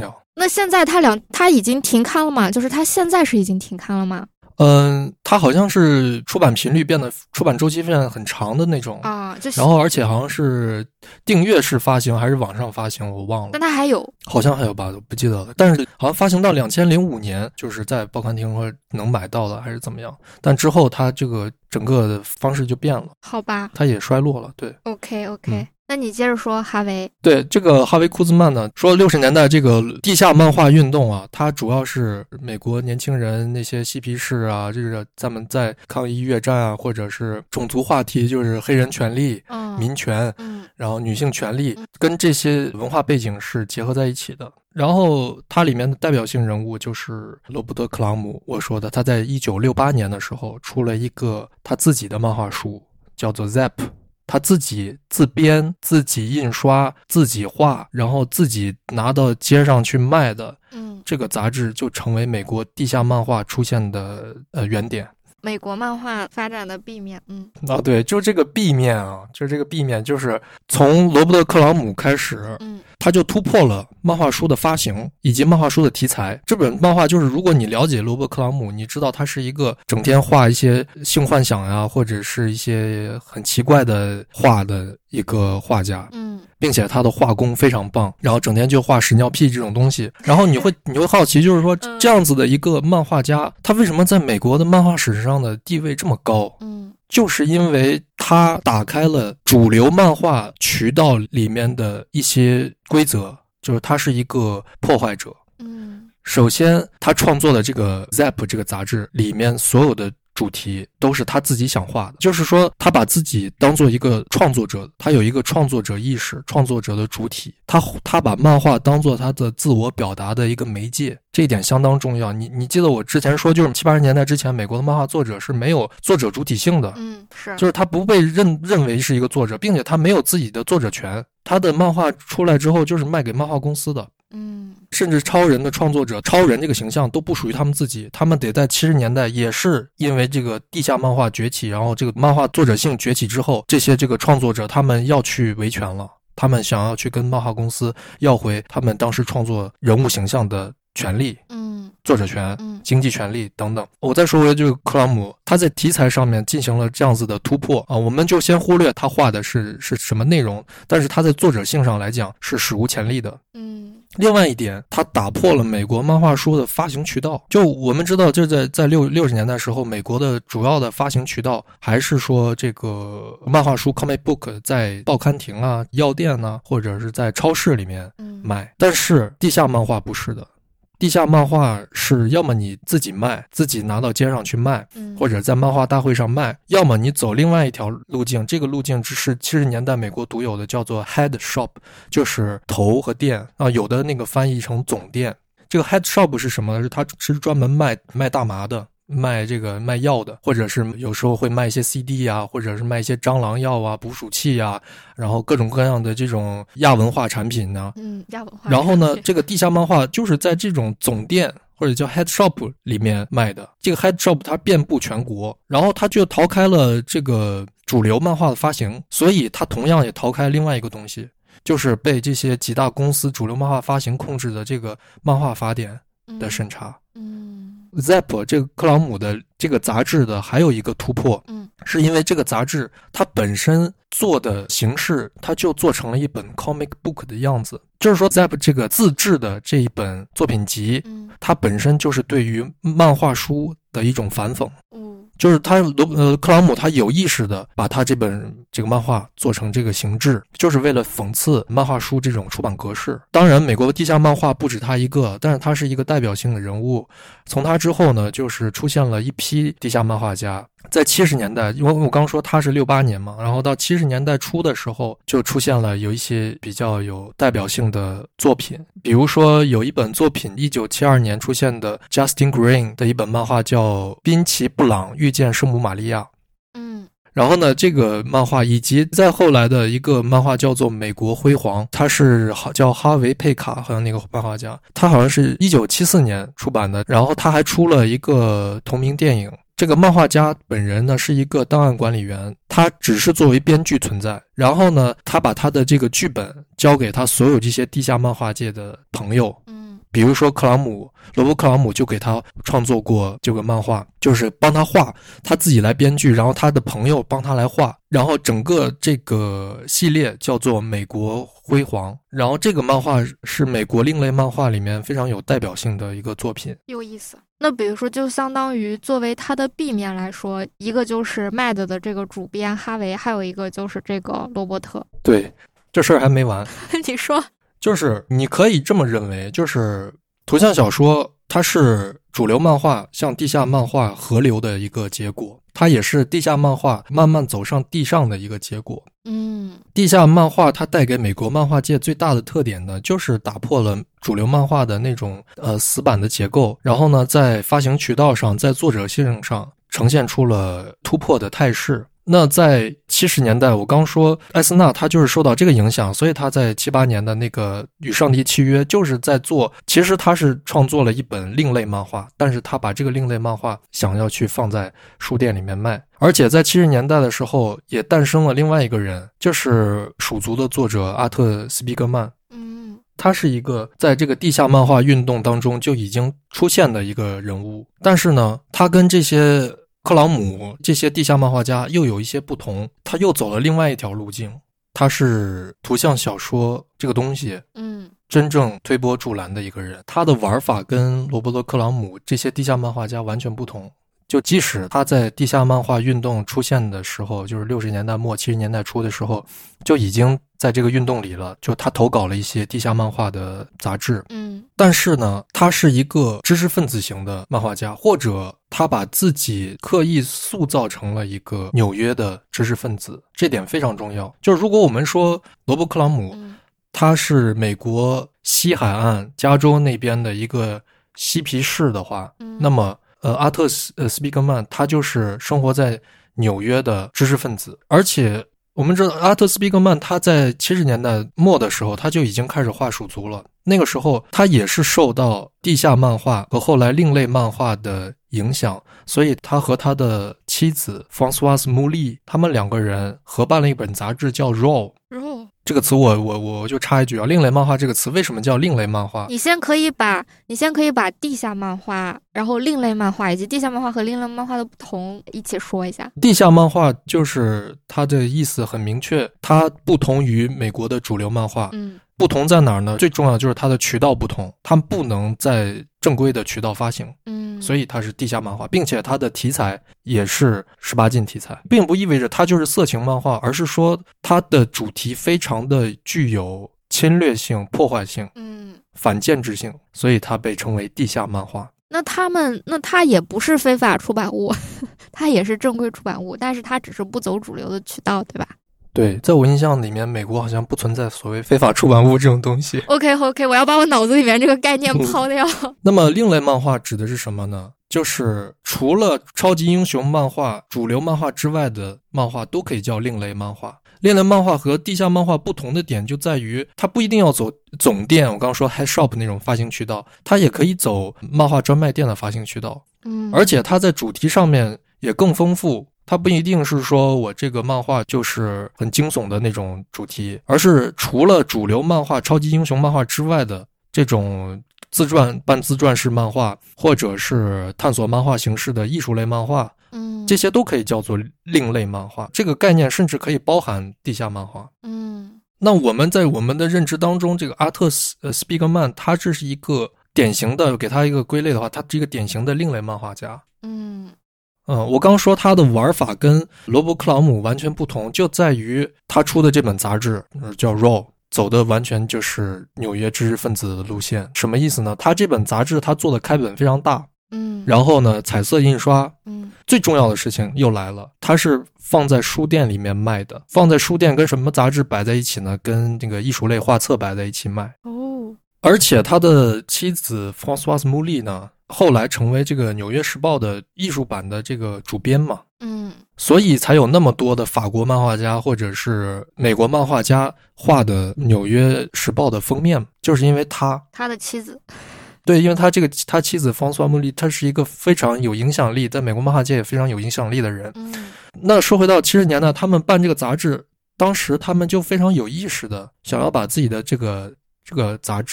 那现在他两他已经停刊了吗？就是他现在是已经停刊了吗？ 嗯，它好像是出版频率变得出版周期变得很长的那种啊，就是然后而且好像是订阅式发行还是网上发行，我忘了。 但它还有， 好像还有吧，我不记得了。但是好像发行到两千零五年，就是在报刊亭和能买到了，还是怎么样？但之后它这个整个的方式就变了， 好吧， 它也衰落了。对 ，OK OK，、嗯、 那你接着说哈维。 对，这个哈维库兹曼呢，说六十年代这个地下漫画运动啊，它主要是美国年轻人那些嬉皮士啊，这个咱们在抗议越战啊，或者是种族话题，就是黑人权利、嗯、民权，嗯，然后女性权利，嗯、跟这些文化背景是结合在一起的。然后它里面的代表性人物就是罗伯特·克朗姆，我说的，他在一九六八年的时候出了一个他自己的漫画书，叫做 Zap。他自己自编、自己印刷、自己画，然后自己拿到街上去卖的，嗯，这个杂志就成为美国地下漫画出现的呃原点。 美国漫画发展的 B 面，嗯， 啊，对，就这个 B 面啊，就这个 B 面，就是从罗伯特·克朗姆开始，嗯，他就突破了漫画书的发行以及漫画书的题材。这本漫画就是，如果你了解罗伯特·克朗姆，你知道他是一个整天画一些性幻想呀，或者是一些很奇怪的画的一个画家，嗯，并且他的画工非常棒，然后整天就画屎尿屁这种东西，然后你会你会好奇，就是说这样子的一个漫画家，他为什么在美国的漫画史上的地位这么高？嗯，就是因为他打开了主流漫画渠道里面的一些规则，就是他是一个破坏者。嗯，首先他创作的这个 Zap 这个杂志里面所有的主题都是他自己想画的，就是说他把自己当做一个创作者，他有一个创作者意识，创作者的主体，他他把漫画当做他的自我表达的一个媒介，这一点相当重要。你你记得我之前说，就是七八十年代之前，美国的漫画作者是没有作者主体性的， 嗯，是， 就是他不被认认为是一个作者，并且他没有自己的作者权，他的漫画出来之后就是卖给漫画公司的。嗯，甚至超人的创作者，超人这个形象都不属于他们自己，他们得在七十年代也是因为这个地下漫画崛起，然后这个漫画作者性崛起之后，这些这个创作者他们要去维权了，他们想要去跟漫画公司要回他们当时创作人物形象的权利，嗯，作者权、嗯，经济权利等等。我再说回这个克朗姆，他在题材上面进行了这样子的突破啊，我们就先忽略他画的是是什么内容，但是他在作者性上来讲是史无前例的，嗯。另外一点，他打破了美国漫画书的发行渠道。就我们知道，就在在六六十年代时候，美国的主要的发行渠道还是说这个漫画书 comic book 在报刊亭啊、药店啊，或者是在超市里面卖。嗯、但是地下漫画不是的。地下漫画是要么你自己卖，自己拿到街上去卖，嗯、或者在漫画大会上卖，要么你走另外一条路径，这个路径只是七十年代美国独有的，叫做 head shop， 就是头和店啊，有的那个翻译成总店。这个 head shop 是什么呢？是它是专门卖卖大麻的，卖这个卖药的，或者是有时候会卖一些 C D 啊，或者是卖一些蟑螂药啊、捕鼠器啊，然后各种各样的这种亚文化产品呢。 嗯，亚文化。 然后呢，这个地下漫画就是在这种总店或者叫 head shop 里面卖的。这个 head shop 它遍布全国，然后它就逃开了这个主流漫画的发行，所以它同样也逃开另外一个东西，就是被这些几大公司主流漫画发行控制的这个漫画法典的审查。嗯。Zap 这个克朗姆的这个杂志的还有一个突破，嗯，是因为这个杂志它本身做的形式，它就做成了一本 comic book 的样子。就是说 Zap 这个自制的这一本作品集，嗯，它本身就是对于漫画书的一种反讽。嗯。就是他呃克朗姆他有意识的把他这本这个漫画做成这个形制，就是为了讽刺漫画书这种出版格式。当然美国的地下漫画不止他一个，但是他是一个代表性的人物。从他之后呢，就是出现了一批地下漫画家。在七十年代，因为我刚说他是六八年嘛，然后到七十年代初的时候就出现了有一些比较有代表性的作品。比如说有一本作品一九七二年出现的 Justin Green 的一本漫画叫滨崎布朗遇见圣母玛利亚。嗯，然后呢这个漫画以及再后来的一个漫画叫做美国辉煌，他是叫哈维佩卡，好像那个漫画家，他好像是一九七四年出版的，然后他还出了一个同名电影。这个漫画家本人呢是一个档案管理员，他只是作为编剧存在，然后呢他把他的这个剧本交给他所有这些地下漫画界的朋友，嗯， 比如说克朗姆，罗伯克朗姆就给他创作过这个漫画，就是帮他画，他自己来编剧，然后他的朋友帮他来画，然后整个这个系列叫做美国辉煌，然后这个漫画是美国另类漫画里面非常有代表性的一个作品。 有意思。那比如说就相当于作为它的 B 面来说，一个就是 Mad 的这个主编哈维，还有一个就是这个罗伯特。 对，这事儿还没完。 你说， 就是你可以这么认为，就是图像小说它是主流漫画向地下漫画合流的一个结果，它也是地下漫画慢慢走上地上的一个结果。 嗯， 地下漫画它带给美国漫画界最大的特点呢，就是打破了主流漫画的那种呃死板的结构，然后呢，在发行渠道上，在作者性上呈现出了突破的态势。那在七十年代，我刚说艾斯纳他就是受到这个影响，所以他在七八年的那个与上帝契约就是在做，其实他是创作了一本另类漫画，但是他把这个另类漫画想要去放在书店里面卖。而且在七十年代的时候也诞生了另外一个人，就是鼠族的作者阿特斯皮格曼。 嗯， 他是一个在这个地下漫画运动当中就已经出现的一个人物，但是呢，他跟这些克朗姆这些地下漫画家又有一些不同，他又走了另外一条路径。他是图像小说这个东西嗯， 真正推波助澜的一个人，他的玩法跟罗伯特·克朗姆这些地下漫画家完全不同。就即使他在地下漫画运动出现的时候，就是六十年代末七十年代初的时候，就已经在这个运动里了，就他投稿了一些地下漫画的杂志。 嗯， 但是呢，他是一个知识分子型的漫画家，或者他把自己刻意塑造成了一个纽约的知识分子，这点非常重要。就是如果我们说罗伯·克朗姆、嗯、他是美国西海岸加州那边的一个嬉皮士的话、嗯、那么呃，阿特斯呃斯皮格曼他就是生活在纽约的知识分子。而且我们知道阿特斯皮格曼他在七十年代末的时候他就已经开始画鼠族了，那个时候他也是受到地下漫画和后来另类漫画的影响，所以他和他的妻子 Françoise Mouly 他们两个人合办了一本杂志叫 Raw。 这个词我我我就插一句啊，另类漫画这个词为什么叫另类漫画？ 你先可以把你先可以把地下漫画，然后另类漫画以及地下漫画和另类漫画的不同一起说一下。 地下漫画就是它的意思很明确，它不同于美国的主流漫画。 嗯， 不同在哪儿呢？最重要就是它的渠道不同，它不能在正规的渠道发行。 嗯， 所以它是地下漫画，并且它的题材也是十八禁题材，并不意味着它就是色情漫画，而是说它的主题非常的具有侵略性、破坏性、 嗯， 反建制性，所以它被称为地下漫画。 那他们，那它也不是非法出版物，它也是正规出版物，但是它只是不走主流的渠道，对吧？ 对，在我印象里面，美国好像不存在所谓非法出版物这种东西。 OK OK， 我要把我脑子里面这个概念抛掉。 嗯、那么另类漫画指的是什么呢？就是除了超级英雄漫画、主流漫画之外的漫画都可以叫另类漫画。另类漫画和地下漫画不同的点就在于，它不一定要走总店，我刚刚说 Head Shop 那种发行渠道，它也可以走漫画专卖店的发行渠道。 嗯， 而且它在主题上面也更丰富。它不一定是说我这个漫画就是很惊悚的那种主题，而是除了主流漫画、超级英雄漫画之外的这种自传、半自传式漫画，或者是探索漫画形式的艺术类漫画， 嗯， 这些都可以叫做另类漫画。这个概念甚至可以包含地下漫画。 嗯， 那我们在我们的认知当中，这个阿特斯呃斯皮格曼，他这是一个典型的，给他一个归类的话，他是一个典型的另类漫画家。 嗯。 嗯，我刚说他的玩法跟罗伯·克朗姆完全不同，就在于他出的这本杂志叫 Raw， 走的完全就是纽约知识分子的路线。什么意思呢？他这本杂志他做的开本非常大， 嗯， 然后呢，彩色印刷， 嗯， 最重要的事情又来了，它是放在书店里面卖的。放在书店跟什么杂志摆在一起呢？跟这个艺术类画册摆在一起卖。 哦， 而且他的妻子 Françoise Mouly 呢，后来成为这个纽约时报的艺术版的这个主编嘛， 嗯， 所以才有那么多的法国漫画家或者是美国漫画家画的纽约时报的封面，就是因为他他的妻子， 对，因为他这个他妻子方苏阿穆利，他是一个非常有影响力，在美国漫画界也非常有影响力的人。 嗯， 那说回到七十年代，他们办这个杂志，当时他们就非常有意识的想要把自己的这个这个杂志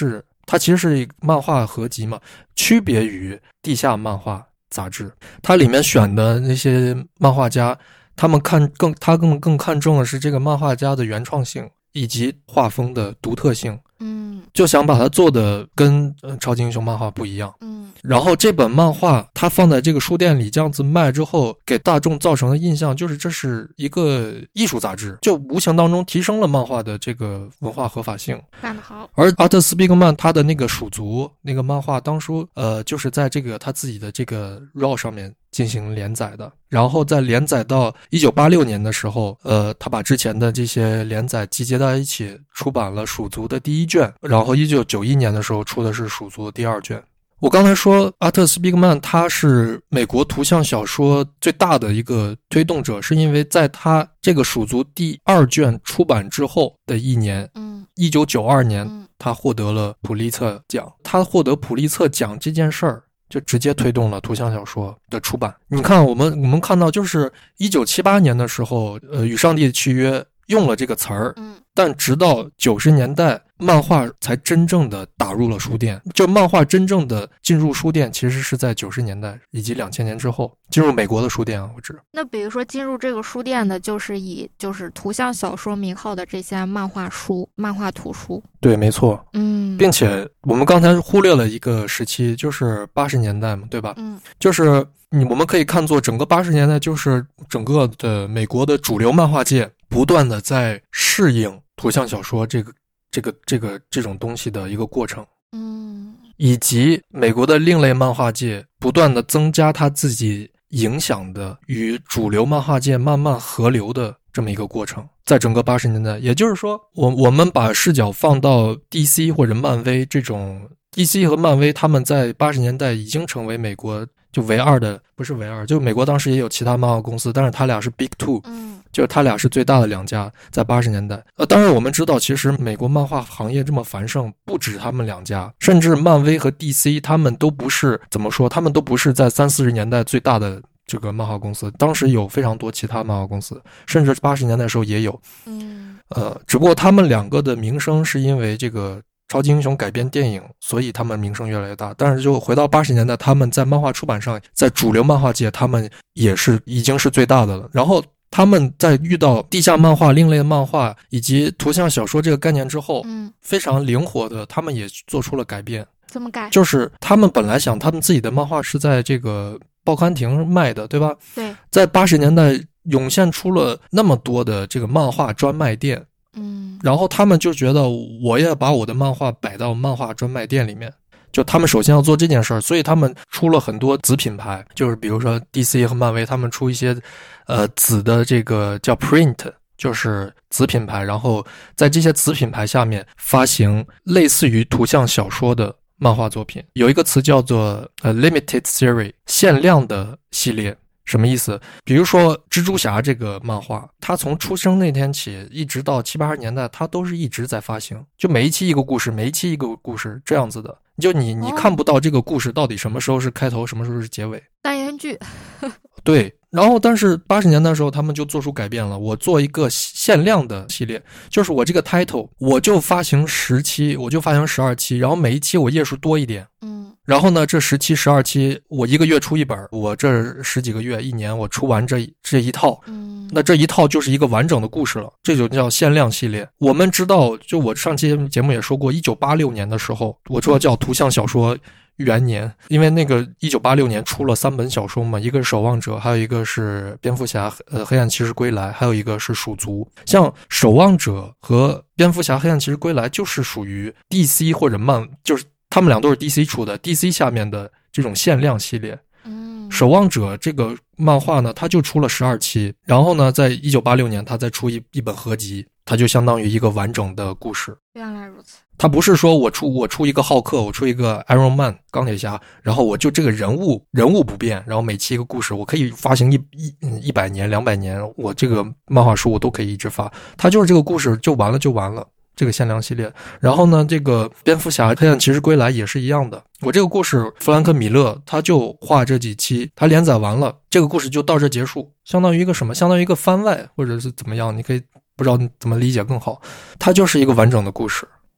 它其实是一个漫画合集嘛，区别于地下漫画杂志。它里面选的那些漫画家，他们看更他更更看重的是这个漫画家的原创性以及画风的独特性。 嗯， 就想把它做的跟、呃、超级英雄漫画不一样。 嗯， 然后这本漫画它放在这个书店里这样子卖之后，给大众造成的印象就是这是一个艺术杂志，就无形当中提升了漫画的这个文化合法性。 干得好。 而阿特斯毕格曼他的那个鼠族那个漫画当初呃就是在这个他自己的这个 R A W 上面进行连载的，然后在连载到一九八六年的时候，呃，他把之前的这些连载集结在一起，出版了鼠族的第一卷，然后一九九一年的时候出的是鼠族的第二卷。我刚才说阿特斯毕格曼他是美国图像小说最大的一个推动者，是因为在他这个鼠族第二卷出版之后的一年， 嗯， 一九九二年， 嗯， 他获得了普利策奖。他获得普利策奖这件事儿就直接推动了图像小说的出版。你看我们我们看到就是一九七八年的时候，呃，与上帝的契约用了这个词儿， 嗯， 但直到九十年代漫画才真正的打入了书店。就漫画真正的进入书店其实是在九十年代以及两千年之后进入美国的书店啊，我知道。 那比如说进入这个书店的就是以就是图像小说名号的这些漫画书漫画图书。 对，没错。 嗯， 并且我们刚才忽略了一个时期，就是八十年代嘛，对吧？ 嗯， 就是你我们可以看作整个八十年代就是整个的美国的主流漫画界不断的在适应图像小说这个这个这个这种东西的一个过程。 嗯， 以及美国的另类漫画界不断的增加他自己影响的与主流漫画界慢慢合流的这么一个过程。在整个八十年代，也就是说我我们把视角放到 D C 或者漫威这种 D C 和漫威他们在八十年代已经成为美国就唯二的，不是唯二，就美国当时也有其他漫画公司，但是他俩是 Big Two， 嗯， 就是他俩是最大的两家，在八十年代。呃，当然我们知道，其实美国漫画行业这么繁盛，不止他们两家，甚至漫威和 D C 他们都不是怎么说，他们都不是在三四十年代最大的这个漫画公司，当时有非常多其他漫画公司，甚至八十年代的时候也有。 嗯， 呃，只不过他们两个的名声是因为这个超级英雄改编电影，所以他们名声越来越大。但是就回到八十年代，他们在漫画出版上，在主流漫画界，他们也是已经是最大的了。然后他们在遇到地下漫画、另类漫画以及图像小说这个概念之后， 嗯， 非常灵活的，他们也做出了改变。 怎么改？ 就是他们本来想他们自己的漫画是在这个报刊亭卖的，对吧？ 对， 在八十年代涌现出了那么多的这个漫画专卖店。 嗯， 然后他们就觉得我也把我的漫画摆到漫画专卖店里面，就他们首先要做这件事儿，所以他们出了很多子品牌，就是比如说 D C 和漫威，他们出一些呃子的这个叫 print， 就是子品牌，然后在这些子品牌下面发行类似于图像小说的漫画作品。有一个词叫做呃 limited series， 限量的系列。什么意思？比如说蜘蛛侠这个漫画，它从出生那天起一直到七八十年代，它都是一直在发行，就每一期一个故事，每一期一个故事这样子的。就你你看不到这个故事到底什么时候是开头，什么时候是结尾。 单元剧。 对，然后但是八十年代的时候他们就做出改变了，我做一个限量的系列，就是我这个 title 我就发行十期，我就发行十二期，然后每一期我页数多一点。 嗯， 然后呢，这十期、十二期，我一个月出一本，我这十几个月、一年，我出完这这一套， 嗯， 那这一套就是一个完整的故事了，这就叫限量系列。我们知道，就我上期节目也说过，一九八六年的时候，我说叫图像小说元年，因为那个一九八六年出了三本小说嘛，一个是《守望者》，还有一个是蝙蝠侠，呃，黑暗骑士归来，还有一个是鼠族。像《守望者》和蝙蝠侠、黑暗骑士归来就是属于 D C 或者漫，就是他们俩都是 D C 出的 ，D C 下面的这种限量系列。 嗯， 守望者这个漫画呢，它就出了十二期，然后呢，在一九八六年，它再出一一本合集，它就相当于一个完整的故事。 原来如此。 它不是说我出我出一个浩克，我出一个 Iron Man 钢铁侠，然后我就这个人物人物不变，然后每期一个故事，我可以发行一一一百年、两百年，我这个漫画书我都可以一直发。它就是这个故事就完了就完了。这个限量系列，然后呢，这个蝙蝠侠黑暗骑士归来也是一样的。我这个故事，弗兰克米勒他就画这几期，他连载完了，这个故事就到这结束，相当于一个什么？相当于一个番外，或者是怎么样？你可以不知道怎么理解更好。它就是一个完整的故事。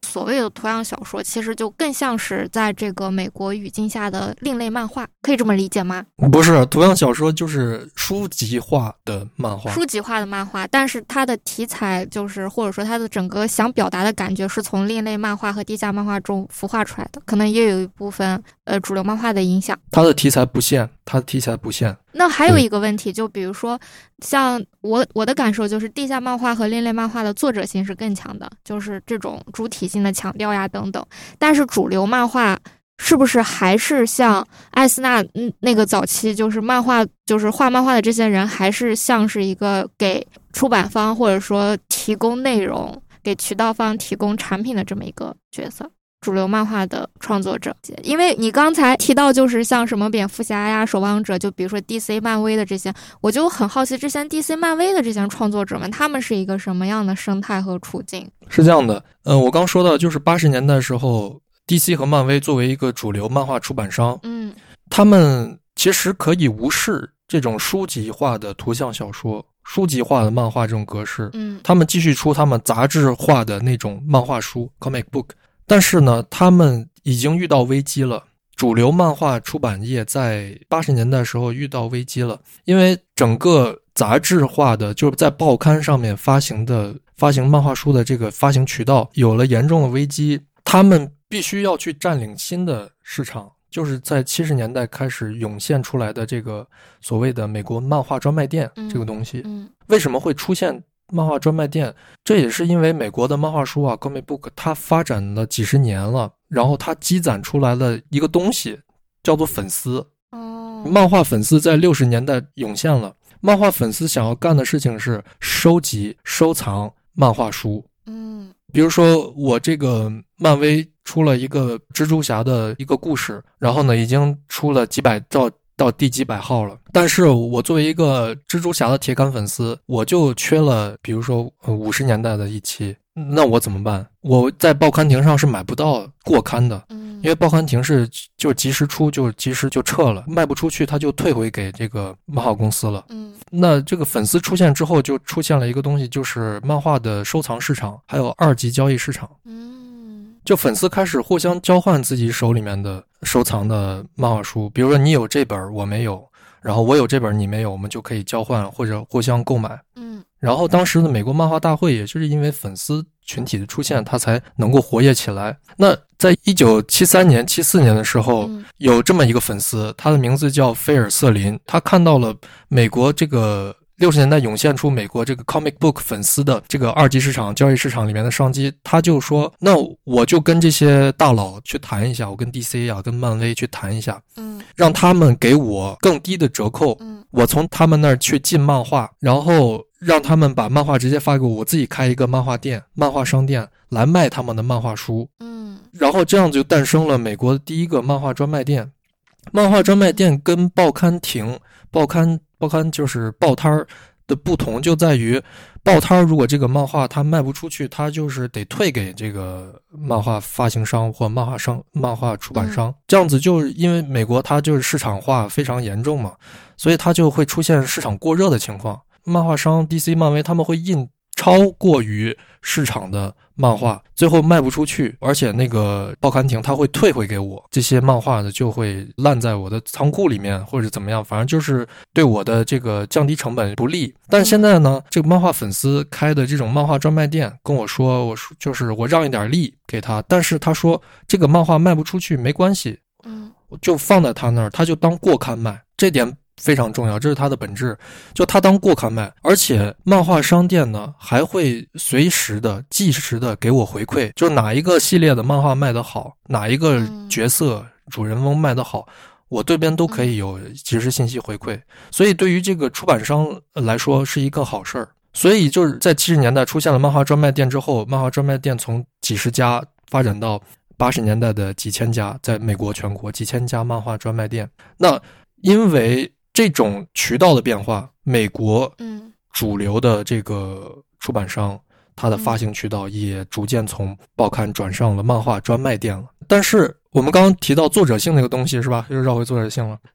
所谓的图样小说其实就更像是在这个美国语境下的另类漫画，可以这么理解吗？ 不是，图样小说就是书籍化的漫画， 书籍化的漫画，但是它的题材就是或者说它的整个想表达的感觉是从另类漫画和地下漫画中孵化出来的，可能也有一部分呃主流漫画的影响。 它的题材不限，它的题材不限。 那还有一个问题，就比如说像我我的感受就是地下漫画和另类漫画的作者性是更强的，就是这种主体性的强调呀等等，但是主流漫画是不是还是像艾斯纳嗯那个早期就是漫画就是画漫画的这些人还是像是一个给出版方或者说提供内容给渠道方提供产品的这么一个角色，主流漫画的创作者。因为你刚才提到就是像什么蝙蝠侠呀守望者，就比如说 D C 漫威的这些，我就很好奇之前 D C 漫威的这些创作者们他们是一个什么样的生态和处境。 是这样的，呃，我刚说到就是八十年代的时候 D C 和漫威作为一个主流漫画出版商， 嗯， 他们其实可以无视这种书籍化的图像小说书籍化的漫画这种格式， 嗯， 他们继续出他们杂志化的那种漫画书 comic book， 但是呢他们已经遇到危机了，主流漫画出版业在八十年代的时候遇到危机了，因为整个杂志化的就是在报刊上面发行的发行漫画书的这个发行渠道有了严重的危机，他们必须要去占领新的市场，就是在七十年代开始涌现出来的这个所谓的美国漫画专卖店这个东西。 嗯，嗯， 为什么会出现漫画专卖店？这也是因为美国的漫画书啊 comic book 它发展了几十年了，然后它积攒出来了一个东西叫做粉丝。 哦， 漫画粉丝在六十年代涌现了，漫画粉丝想要干的事情是收集收藏漫画书。 嗯， 比如说我这个漫威出了一个蜘蛛侠的一个故事，然后呢已经出了几百到到第几百号了，但是我作为一个蜘蛛侠的铁杆粉丝，我就缺了比如说五十年代的一期，那我怎么办？我在报刊亭上是买不到过刊的， 嗯， 因为报刊亭是就及时出就及时就撤了，卖不出去他就退回给这个漫画公司了。 嗯， 那这个粉丝出现之后就出现了一个东西，就是漫画的收藏市场还有二级交易市场。 嗯， 就粉丝开始互相交换自己手里面的收藏的漫画书，比如说你有这本我没有，然后我有这本你没有，我们就可以交换或者互相购买。 嗯， 然后当时的美国漫画大会也就是因为粉丝群体的出现，它才能够活跃起来。那在一九七三年七四年的时候， 嗯， 有这么一个粉丝，他的名字叫菲尔瑟林，他看到了美国这个六十年代涌现出美国这个 comic book 粉丝的这个二级市场交易市场里面的商机，他就说那我就跟这些大佬去谈一下，我跟 D C 啊跟漫威去谈一下， 嗯， 让他们给我更低的折扣， 嗯， 我从他们那儿去进漫画，然后让他们把漫画直接发给我，我自己开一个漫画店漫画商店来卖他们的漫画书。 嗯， 然后这样就诞生了美国第一个漫画专卖店。漫画专卖店跟报刊亭报刊报刊就是报摊儿的不同就在于，报摊儿如果这个漫画它卖不出去，它就是得退给这个漫画发行商或漫画商漫画出版商，这样子就是因为美国它就是市场化非常严重嘛，所以它就会出现市场过热的情况。漫画商 D C 漫威他们会印超过于市场的漫画，最后卖不出去，而且那个报刊亭他会退回给我，这些漫画的就会烂在我的仓库里面或者怎么样，反正就是对我的这个降低成本不利。但是现在呢，这个漫画粉丝开的这种漫画专卖店跟我说，我说就是我让一点利给他，但是他说这个漫画卖不出去没关系， 嗯， 就放在他那儿，他就当过刊卖，这点非常重要，这是它的本质，就它当过刊卖。而且漫画商店呢还会随时的即时的给我回馈，就哪一个系列的漫画卖得好，哪一个角色主人翁卖得好，我这边都可以有即时信息回馈，所以对于这个出版商来说是一个好事儿。所以就是在七十年代出现了漫画专卖店之后，漫画专卖店从几十家发展到八十年代的几千家，在美国全国几千家漫画专卖店。那因为这种渠道的变化，美国主流的这个出版商，它的发行渠道也逐渐从报刊转上了漫画专卖店了。但是我们刚刚提到作者性那个东西是吧？又绕回作者性了。 嗯，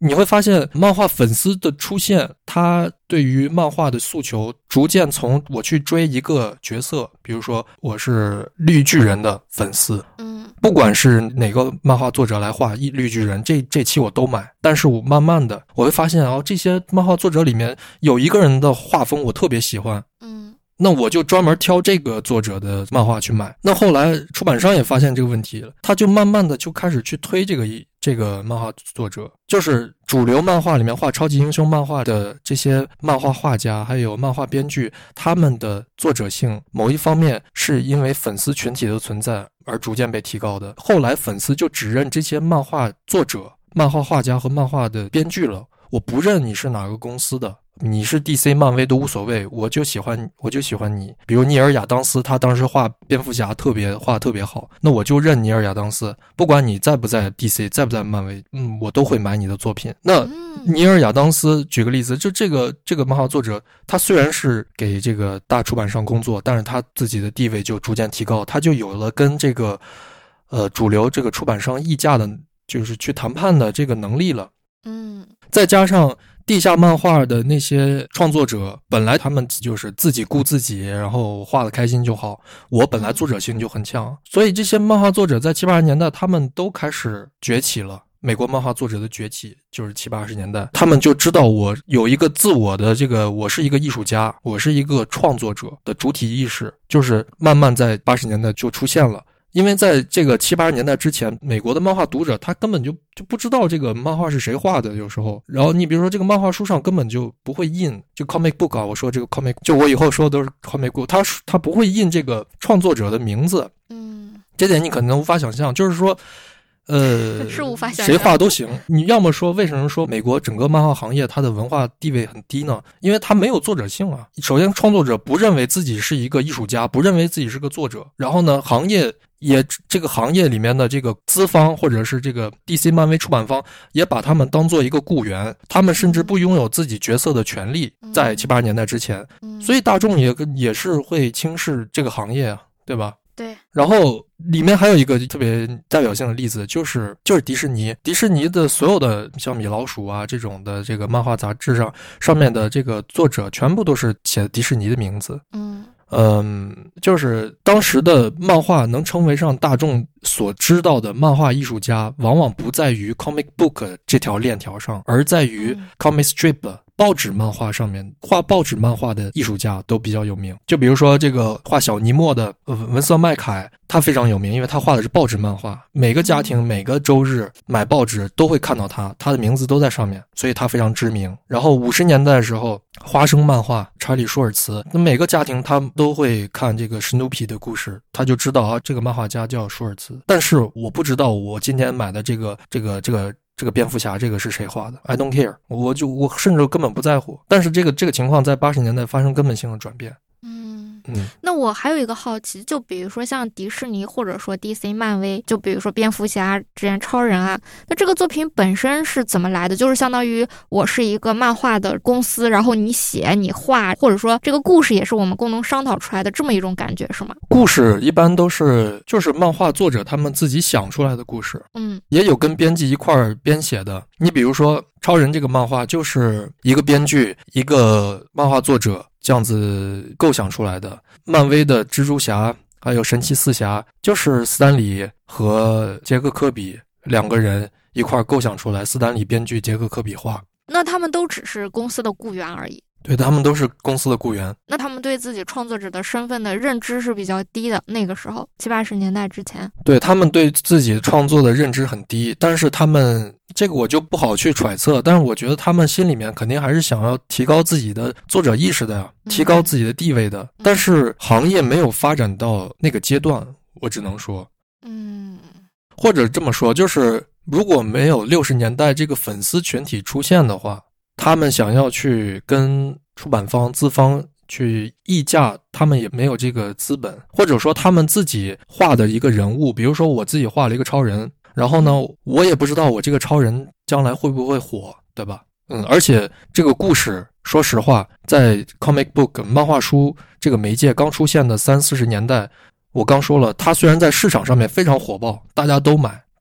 你会发现漫画粉丝的出现，他对于漫画的诉求逐渐从我去追一个角色，比如说我是绿巨人的粉丝， 嗯， 不管是哪个漫画作者来画绿巨人，这这期我都买。但是我慢慢的我会发现哦，这些漫画作者里面有一个人的画风我特别喜欢， 嗯， 那我就专门挑这个作者的漫画去买。那后来出版商也发现这个问题了，他就慢慢的就开始去推这个这个漫画作者，就是主流漫画里面画超级英雄漫画的这些漫画画家还有漫画编剧，他们的作者性某一方面是因为粉丝群体的存在而逐渐被提高的。后来粉丝就只认这些漫画作者、漫画画家和漫画的编剧了，我不认你是哪个公司的，你是 D C 漫威都无所谓，我就喜欢我就喜欢你。比如尼尔亚当斯，他当时画蝙蝠侠特别画特别好，那我就认尼尔亚当斯，不管你在不在 D C 在不在漫威，嗯，我都会买你的作品。那尼尔亚当斯举个例子，就这个这个漫画作者，他虽然是给这个大出版商工作，但是他自己的地位就逐渐提高，他就有了跟这个呃主流这个出版商议价的，就是去谈判的这个能力了。 嗯， 再加上地下漫画的那些创作者，本来他们就是自己顾自己，然后画得开心就好，我本来作者性就很强，所以这些漫画作者在七八十年代他们都开始崛起了。美国漫画作者的崛起就是七八十年代，他们就知道我有一个自我的这个，我是一个艺术家，我是一个创作者的主体意识，就是慢慢在八十年代就出现了。因为在这个七八十年代之前，美国的漫画读者他根本就就不知道这个漫画是谁画的，有时候。然后你比如说这个漫画书上根本就不会印，就 comic book 啊，我说这个 comic， 就我以后说的都是 comic book， 他他不会印这个创作者的名字。 嗯， 这点你可能无法想象，就是说。呃， 是无法想象， 谁画都行。你要么说为什么说美国整个漫画行业它的文化地位很低呢？因为它没有作者性啊。首先，创作者不认为自己是一个艺术家，不认为自己是个作者。然后呢，行业也这个行业里面的这个资方或者是这个 D C 漫威出版方也把他们当做一个雇员，他们甚至不拥有自己角色的权利，在七八十年代之前，所以大众也也是会轻视这个行业啊，对吧？ 对， 然后里面还有一个特别代表性的例子，就是就是迪士尼，迪士尼的所有的像米老鼠啊这种的这个漫画杂志上上面的这个作者全部都是写迪士尼的名字。 嗯嗯，就是当时的漫画能称为上大众所知道的漫画艺术家，往往不在于 comic book 这条链条上，而在于 comic strip。报纸漫画上面画报纸漫画的艺术家都比较有名，就比如说这个画小尼莫的文瑟麦凯，他非常有名，因为他画的是报纸漫画，每个家庭每个周日买报纸都会看到他，他的名字都在上面，所以他非常知名。然后五十年代的时候，花生漫画查理舒尔茨，那每个家庭他都会看这个史努比的故事，他就知道啊这个漫画家叫舒尔茨。但是我不知道我今天买的这个这个这个这个蝙蝠侠这个是谁画的 I don't care， 我就我甚至根本不在乎。但是这个这个情况在八十年代发生根本性的转变。 嗯嗯， 那我还有一个好奇，就比如说像迪士尼或者说 D C 漫威，就比如说蝙蝠侠之前超人啊，那这个作品本身是怎么来的？就是相当于我是一个漫画的公司，然后你写你画，或者说这个故事也是我们共同商讨出来的这么一种感觉是吗？ 故事一般都是就是漫画作者他们自己想出来的故事， 嗯， 也有跟编辑一块儿编写的。你比如说超人这个漫画就是一个编剧一个漫画作者这样子构想出来的。漫威的蜘蛛侠还有神奇四侠就是斯坦李和杰克科比两个人一块构想出来，斯坦李编剧，杰克科比画。 那他们都只是公司的雇员而已。 对，他们都是公司的雇员。 那他们对自己创作者的身份的认知是比较低的，那个时候七八十年代之前。 对，他们对自己创作的认知很低，但是他们这个我就不好去揣测，但是我觉得他们心里面肯定还是想要提高自己的作者意识的呀，提高自己的地位的。嗯、但是行业没有发展到那个阶段，我只能说， 嗯， 或者这么说，就是如果没有六十年代这个粉丝群体出现的话，他们想要去跟出版方资方去议价，他们也没有这个资本，或者说他们自己画的一个人物，比如说我自己画了一个超人，然后呢我也不知道我这个超人将来会不会火，对吧？嗯，而且这个故事说实话在 comic book 漫画书这个媒介刚出现的三四十年代，我刚说了，它虽然在市场上面非常火爆，大家都买，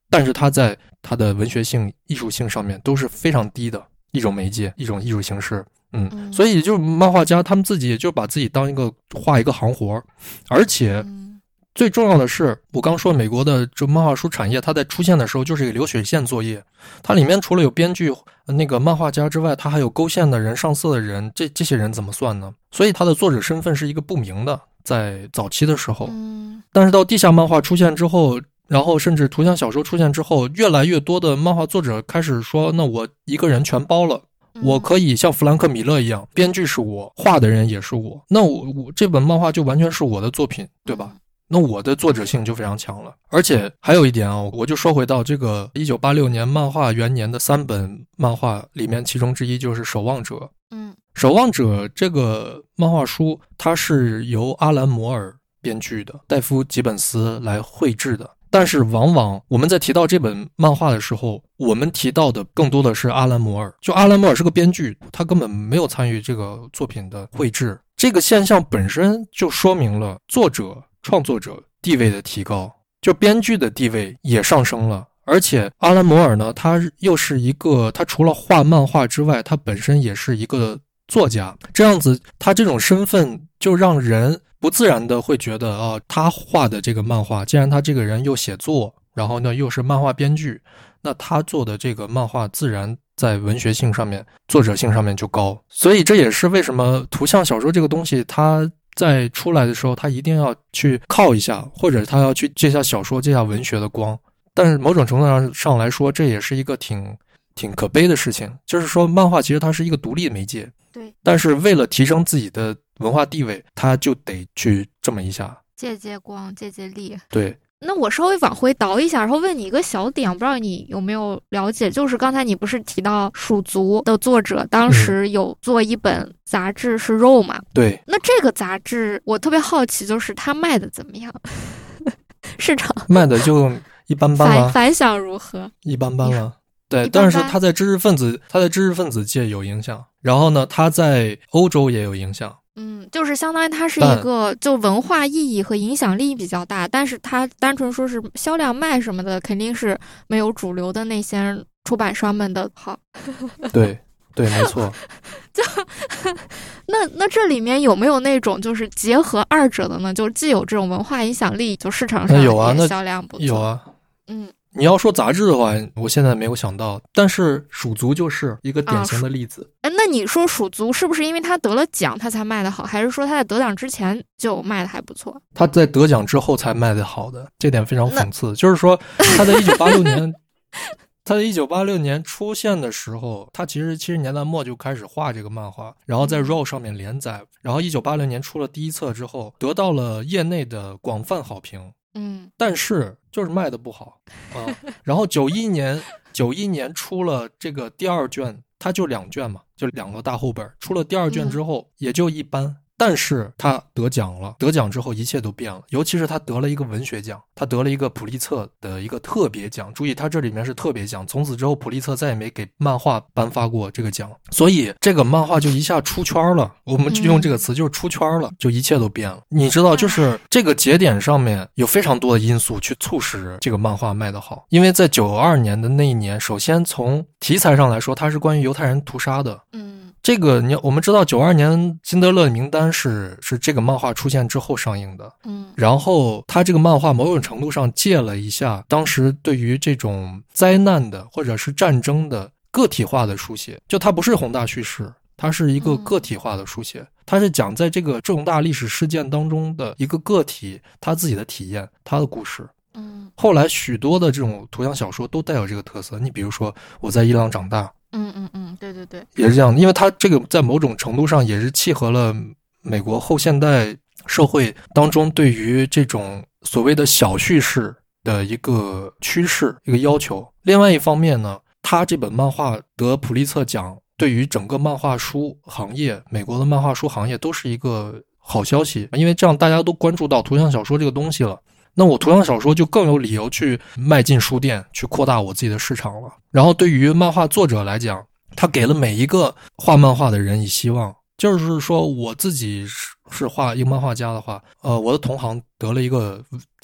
但是它在它的文学性、艺术性上面都是非常低的一种媒介、一种艺术形式。嗯， 嗯所以就是漫画家他们自己就把自己当一个画一个行活，而且最重要的是，我刚说美国的这漫画书产业，它在出现的时候就是一个流水线作业，它里面除了有编剧、那个漫画家之外，它还有勾线的人、上色的人，这这些人怎么算呢？所以它的作者身份是一个不明的，在早期的时候。 嗯， 但是到地下漫画出现之后，然后甚至图像小说出现之后，越来越多的漫画作者开始说，那我一个人全包了。我可以像弗兰克·米勒一样，编剧是我，画的人也是我，那我我这本漫画就完全是我的作品，对吧？那我的作者性就非常强了。而且还有一点啊，我就说回到这个一九八六年漫画元年的三本漫画里面，其中之一就是《守望者》。 嗯，《 守望者》这个漫画书，它是由阿兰·摩尔编剧的，戴夫·吉本斯来绘制的。但是往往我们在提到这本漫画的时候，我们提到的更多的是阿兰·摩尔。就阿兰·摩尔是个编剧，他根本没有参与这个作品的绘制。这个现象本身就说明了作者、创作者地位的提高，就编剧的地位也上升了。而且阿兰·摩尔呢，他又是一个，他除了画漫画之外，他本身也是一个作家。这样子，他这种身份就让人不自然的会觉得啊，他画的这个漫画，既然他这个人又写作，然后呢又是漫画编剧，那他做的这个漫画自然在文学性上面、作者性上面就高。所以这也是为什么图像小说这个东西，它在出来的时候，它一定要去靠一下，或者它要去借下小说、借下文学的光。但是某种程度上上来说，这也是一个挺挺可悲的事情，就是说漫画其实它是一个独立的媒介， 对， 但是为了提升自己的文化地位，他就得去这么一下借借光，借借力。 对， 那我稍微往回倒一下，然后问你一个小点，不知道你有没有了解，就是刚才你不是提到蜀族的作者当时有做一本杂志是肉嘛？ 对。 那这个杂志我特别好奇，就是它卖的怎么样？市场卖的就一般般了， 反反响如何？ 一般般了。对， 般般但是他在知识分子，他在知识分子界有影响，然后呢，他在欧洲也有影响。 嗯，就是相当于它是一个就文化意义和影响力比较大，但是它单纯说是销量卖什么的，肯定是没有主流的那些出版商们的好。 对对，没错。 就那那这里面有没有那种就是结合二者的呢？就既有这种文化影响力，就市场上有啊，那销量不错。 有啊， 嗯。 你要说杂志的话，我现在没有想到，但是蜀族就是一个典型的例子。 哎、啊，那你说蜀族是不是因为他得了奖他才卖得好，还是说他在得奖之前就卖得还不错？ 他在得奖之后才卖得好的，这点非常讽刺。就是说，他在一九八六年，他在一九八六年出现的时候，他其实七十年代末就开始画这个漫画，然后在 R O 上面连载，然后一九八六年出了第一册之后，得到了业内的广泛好评。 嗯， 但是就是卖的不好啊。然后九一年，九一年出了这个第二卷，它就两卷嘛，就两个大厚本。出了第二卷之后，也就一般。但是他得奖了，得奖之后一切都变了，尤其是他得了一个文学奖，他得了一个普利策的一个特别奖。注意，他这里面是特别奖，从此之后普利策再也没给漫画颁发过这个奖，所以这个漫画就一下出圈了。我们用这个词就是出圈了，就一切都变了。你知道，就是这个节点上面有非常多的因素去促使这个漫画卖得好，因为在九二年的那一年，首先从题材上来说，它是关于犹太人屠杀的。 嗯。 这个你我们知道，九二年辛德勒的名单是是这个漫画出现之后上映的， 嗯， 然后他这个漫画某种程度上借了一下当时对于这种灾难的或者是战争的个体化的书写，就它不是宏大叙事，它是一个个体化的书写，它是讲在这个重大历史事件当中的一个个体他自己的体验，他的故事。 嗯， 后来许多的这种图像小说都带有这个特色，你比如说我在伊朗长大。 嗯嗯嗯，对对对， 也是这样，因为它这个在某种程度上也是契合了美国后现代社会当中对于这种所谓的小叙事的一个趋势、一个要求。另外一方面呢，它这本漫画得普利策奖，对于整个漫画书行业、美国的漫画书行业都是一个好消息，因为这样大家都关注到图像小说这个东西了。那我图像小说就更有理由去迈进书店，去扩大我自己的市场了。然后对于漫画作者来讲，他给了每一个画漫画的人以希望，就是说我自己是是画一个漫画家的话，呃，我的同行得了一个奖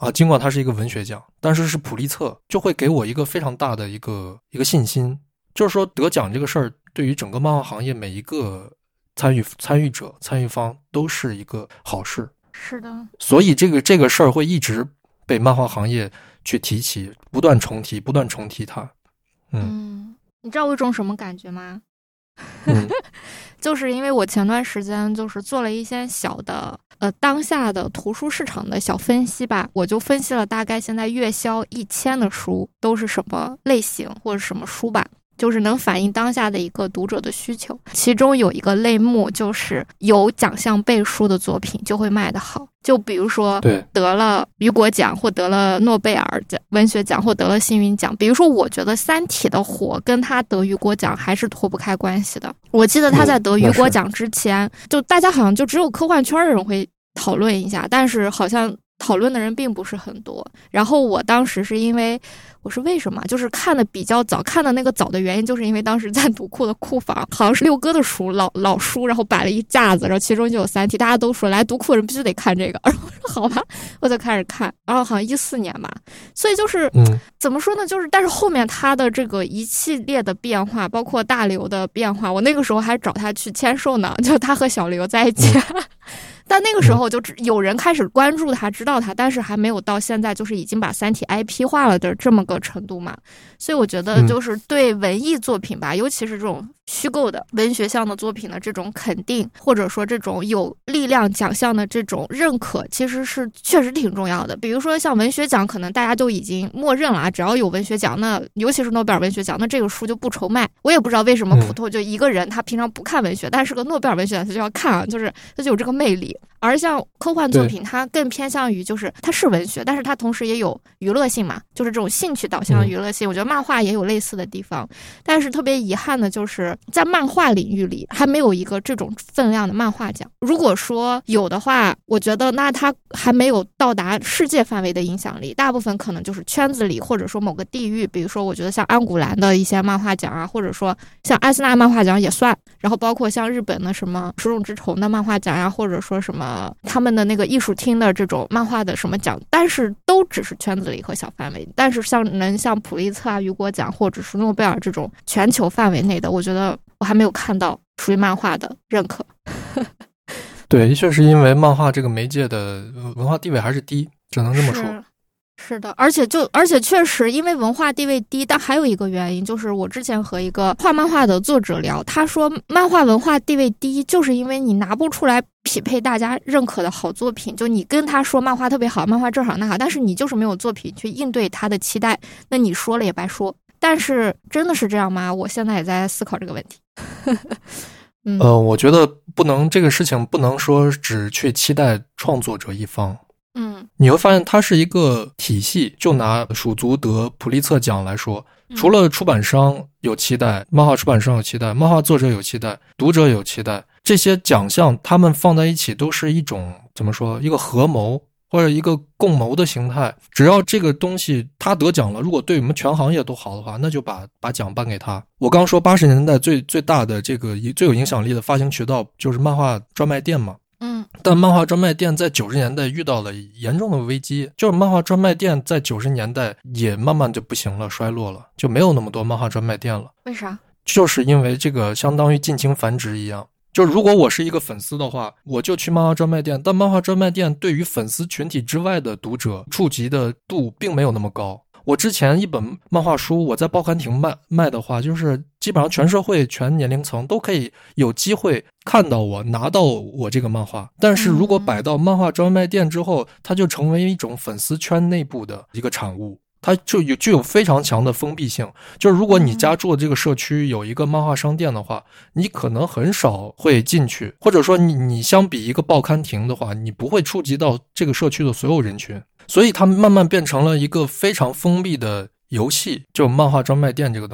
啊，尽管它是一个文学奖，但是是普利策，就会给我一个非常大的一个一个信心，就是说得奖这个事儿对于整个漫画行业每一个参与参与者参与方都是一个好事。 是的， 所以这个这个事儿会一直被漫画行业去提起，不断重提不断重提它。嗯, 嗯你知道我有种什么感觉吗？ 嗯就是因为我前段时间就是做了一些小的呃当下的图书市场的小分析吧，我就分析了大概现在月销一千的书都是什么类型或者什么书吧，就是能反映当下的一个读者的需求。其中有一个类目就是有奖项背书的作品就会卖得好，就比如说得了雨果奖或得了诺贝尔文学奖或得了星云奖，比如说我觉得三体的火跟他得雨果奖还是脱不开关系的。我记得他在得雨果奖之前、嗯、就大家好像就只有科幻圈的人会讨论一下，但是好像讨论的人并不是很多。然后我当时是因为我是为什么就是看的比较早，看的那个早的原因就是因为当时在读库的库房好像是六哥的书老老书，然后摆了一架子，然后其中就有三体，大家都说来读库的人必须得看这个，然后我说好吧，我就开始看，然后好像一四年吧，所以就是嗯，怎么说呢，就是但是后面他的这个一系列的变化，包括大刘的变化，我那个时候还找他去签售呢，就他和小刘在一起、嗯但那个时候就有人开始关注他知道他，但是还没有到现在就是已经把三体 I P 化了的这么个程度嘛。所以我觉得就是对文艺作品吧、嗯、尤其是这种虚构的文学向的作品的这种肯定，或者说这种有力量奖项的这种认可，其实是确实挺重要的。比如说像文学奖可能大家都已经默认了啊，只要有文学奖，那尤其是诺贝尔文学奖，那这个书就不愁卖。我也不知道为什么普通就一个人他平常不看文学、嗯、但是个诺贝尔文学奖他就要看啊，就是他就有这个魅力。而像科幻作品它更偏向于就是它是文学，但是它同时也有娱乐性嘛，就是这种兴趣导向的娱乐性、嗯、我觉得漫画也有类似的地方。但是特别遗憾的就是在漫画领域里还没有一个这种分量的漫画奖，如果说有的话，我觉得那它还没有到达世界范围的影响力，大部分可能就是圈子里或者说某个地域，比如说我觉得像安古兰的一些漫画奖啊，或者说像艾斯纳漫画奖也算，然后包括像日本的什么手冢治虫的漫画奖呀、啊，或者说什么他们的那个艺术厅的这种漫画的什么奖，但是都只是圈子里和小范围。但是像能像普利策啊、雨果奖或者是诺贝尔这种全球范围内的，我觉得我还没有看到属于漫画的认可。 对，的确是因为漫画这个媒介的文化地位还是低，只能这么说。 是是的，而且就而且确实因为文化地位低，但还有一个原因就是我之前和一个画漫画的作者聊，他说漫画文化地位低就是因为你拿不出来匹配大家认可的好作品，就你跟他说漫画特别好，漫画这好那好，但是你就是没有作品去应对他的期待，那你说了也白说。但是真的是这样吗？我现在也在思考这个问题。 嗯、呃，我觉得不能，这个事情不能说只去期待创作者一方。 嗯， 你会发现它是一个体系。就拿蜀足得普利策奖来说，除了出版商有期待，漫画出版商有期待，漫画作者有期待，读者有期待，这些奖项他们放在一起都是一种怎么说，一个合谋或者一个共谋的形态。只要这个东西他得奖了，如果对我们全行业都好的话，那就把把奖颁给他。我刚说八十年代最最大的这个最有影响力的发行渠道就是漫画专卖店嘛。 嗯， 但漫画专卖店在九十年代遇到了严重的危机，就是漫画专卖店在九十年代也慢慢就不行了，衰落了，就没有那么多漫画专卖店了。 为啥？ 就是因为这个相当于近亲繁殖一样，就如果我是一个粉丝的话，我就去漫画专卖店，但漫画专卖店对于粉丝群体之外的读者触及的度并没有那么高。我之前一本漫画书我在报刊亭卖卖的话，就是基本上全社会全年龄层都可以有机会看到我拿到我这个漫画。但是如果摆到漫画专卖店之后，它就成为一种粉丝圈内部的一个产物，它就有具有非常强的封闭性。就是如果你家住的这个社区有一个漫画商店的话，你可能很少会进去，或者说你你相比一个报刊亭的话，你不会触及到这个社区的所有人群。所以它慢慢变成了一个非常封闭的游戏，就漫画专卖店这个东西。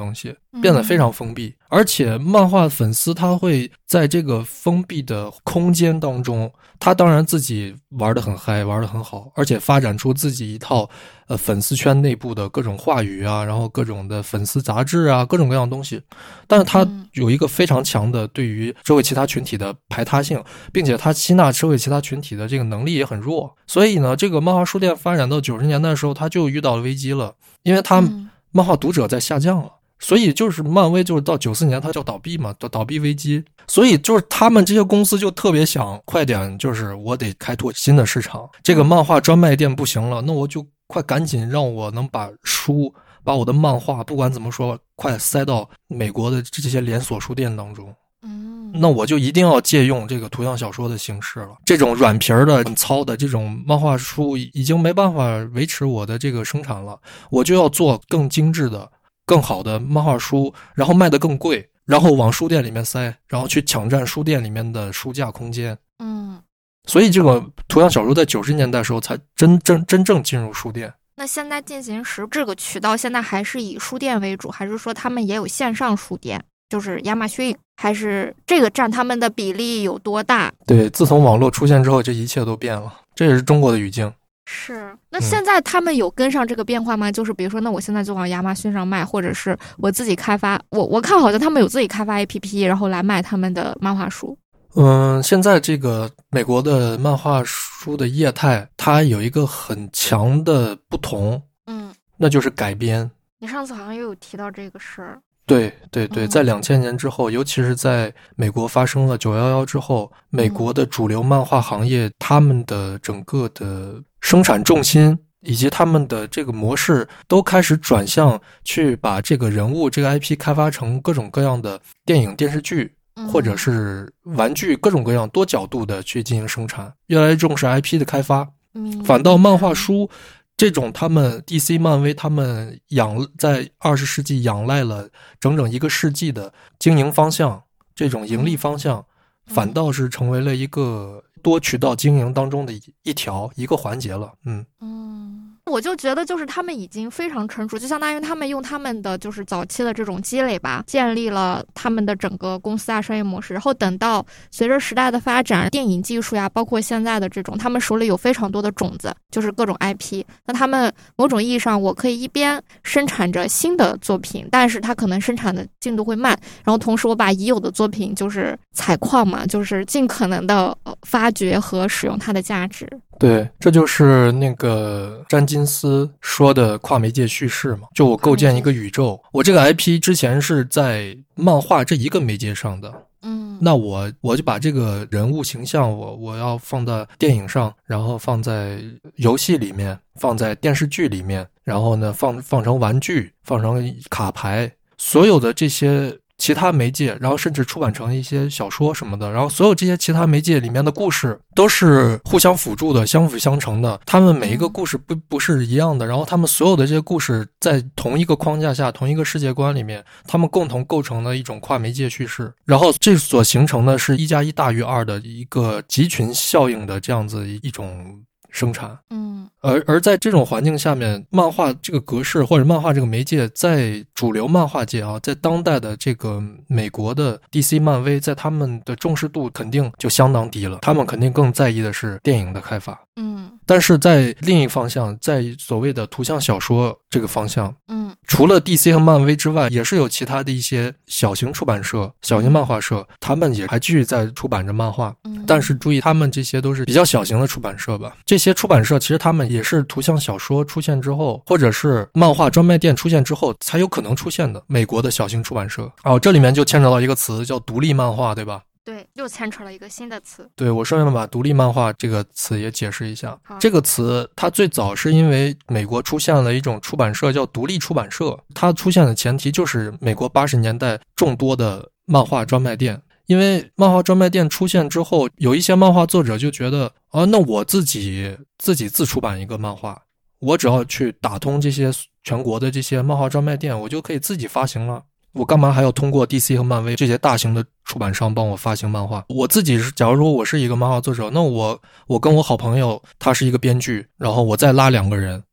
变得非常封闭，而且漫画粉丝他会在这个封闭的空间当中，他当然自己玩得很嗨，玩得很好，而且发展出自己一套呃粉丝圈内部的各种话语啊，然后各种的粉丝杂志啊，各种各样的东西。但是他有一个非常强的对于社会其他群体的排他性，并且他吸纳社会其他群体的这个能力也很弱。所以呢，这个漫画书店发展到九十年代的时候，他就遇到了危机了，因为他漫画读者在下降了。所以就是漫威就是到九四年它叫倒闭嘛，倒倒闭危机，所以就是他们这些公司就特别想快点，就是我得开拓新的市场，这个漫画专卖店不行了，那我就快赶紧让我能把书把我的漫画不管怎么说快塞到美国的这些连锁书店当中。嗯，那我就一定要借用这个图像小说的形式了，这种软皮儿的很糙的这种漫画书已经没办法维持我的这个生产了，我就要做更精致的更好的漫画书，然后卖得更贵，然后往书店里面塞，然后去抢占书店里面的书架空间。嗯，所以这个图像小说在九十年代的时候才真正真正进入书店。 那现在进行时这个渠道现在还是以书店为主，还是说他们也有线上书店，就是亚马逊，还是这个占他们的比例有多大？ 对，自从网络出现之后，这一切都变了，这也是中国的语境。 是，那现在他们有跟上这个变化吗？嗯、就是比如说，那我现在就往亚马逊上卖，或者是我自己开发。我我看好像他们有自己开发 A P P， 然后来卖他们的漫画书。 嗯，现在这个美国的漫画书的业态，它有一个很强的不同，嗯，那就是改编。 你上次好像也有提到这个事儿。 对对对，在两千年之后，尤其是在美国发生了九一一之后，美国的主流漫画行业，他们的整个的生产重心以及他们的这个模式都开始转向去把这个人物这个 I P 开发成各种各样的电影电视剧或者是玩具，各种各样多角度的去进行生产，越来越重视 I P 的开发。反倒漫画书这种他们 D C 漫威他们仰在二十世纪仰赖了整整一个世纪的经营方向，这种盈利方向反倒是成为了一个多渠道经营当中的一条一个环节了。嗯嗯，我就觉得就是他们已经非常成熟，就相当于他们用他们的就是早期的这种积累吧，建立了他们的整个公司啊商业模式，然后等到随着时代的发展，电影技术呀，包括现在的这种，他们手里有非常多的种子，就是各种 I P。那他们某种意义上，我可以一边生产着新的作品，但是它可能生产的进度会慢，然后同时我把已有的作品就是采矿嘛，就是尽可能的发掘和使用它的价值。 对，这就是那个詹金斯说的跨媒介叙事嘛，就我构建一个宇宙，我这个 I P 之前是在漫画这一个媒介上的，嗯，那我我就把这个人物形象我我要放在电影上，然后放在游戏里面，放在电视剧里面，然后呢放放成玩具，放成卡牌，所有的这些其他媒介，然后甚至出版成一些小说什么的，然后所有这些其他媒介里面的故事都是互相辅助的，相辅相成的，他们每一个故事不不是一样的，然后他们所有的这些故事在同一个框架下，同一个世界观里面，他们共同构成了一种跨媒介叙事，然后这所形成的是一加一大于二的一个集群效应的这样子一种生产。嗯，而而在这种环境下面，漫画这个格式或者漫画这个媒介在主流漫画界啊，在当代的这个美国的 D C 漫威，在他们的重视度肯定就相当低了，他们肯定更在意的是电影的开发。嗯，但是在另一方向，在所谓的图像小说这个方向，嗯，除了 D C 和漫威之外，也是有其他的一些小型出版社、小型漫画社，他们也还继续在出版着漫画。嗯，但是注意，他们这些都是比较小型的出版社吧。这些出版社其实他们也是图像小说出现之后，或者是漫画专卖店出现之后才有可能出现的美国的小型出版社。哦，这里面就牵扯到一个词叫独立漫画，对吧？ 对，又牵扯了一个新的词。 对，我顺便把独立漫画这个词也解释一下。这个词它最早是因为美国出现了一种出版社叫独立出版社，它出现的前提就是美国八十年代众多的漫画专卖店。因为漫画专卖店出现之后，有一些漫画作者就觉得啊，那我自己自己自出版一个漫画，我只要去打通这些全国的这些漫画专卖店，我就可以自己发行了。我干嘛还要通过 D C 和漫威这些大型的出版商帮我发行漫画？我自己是，假如说我是一个漫画作者，那我我跟我好朋友他是一个编剧，然后我再拉两个人，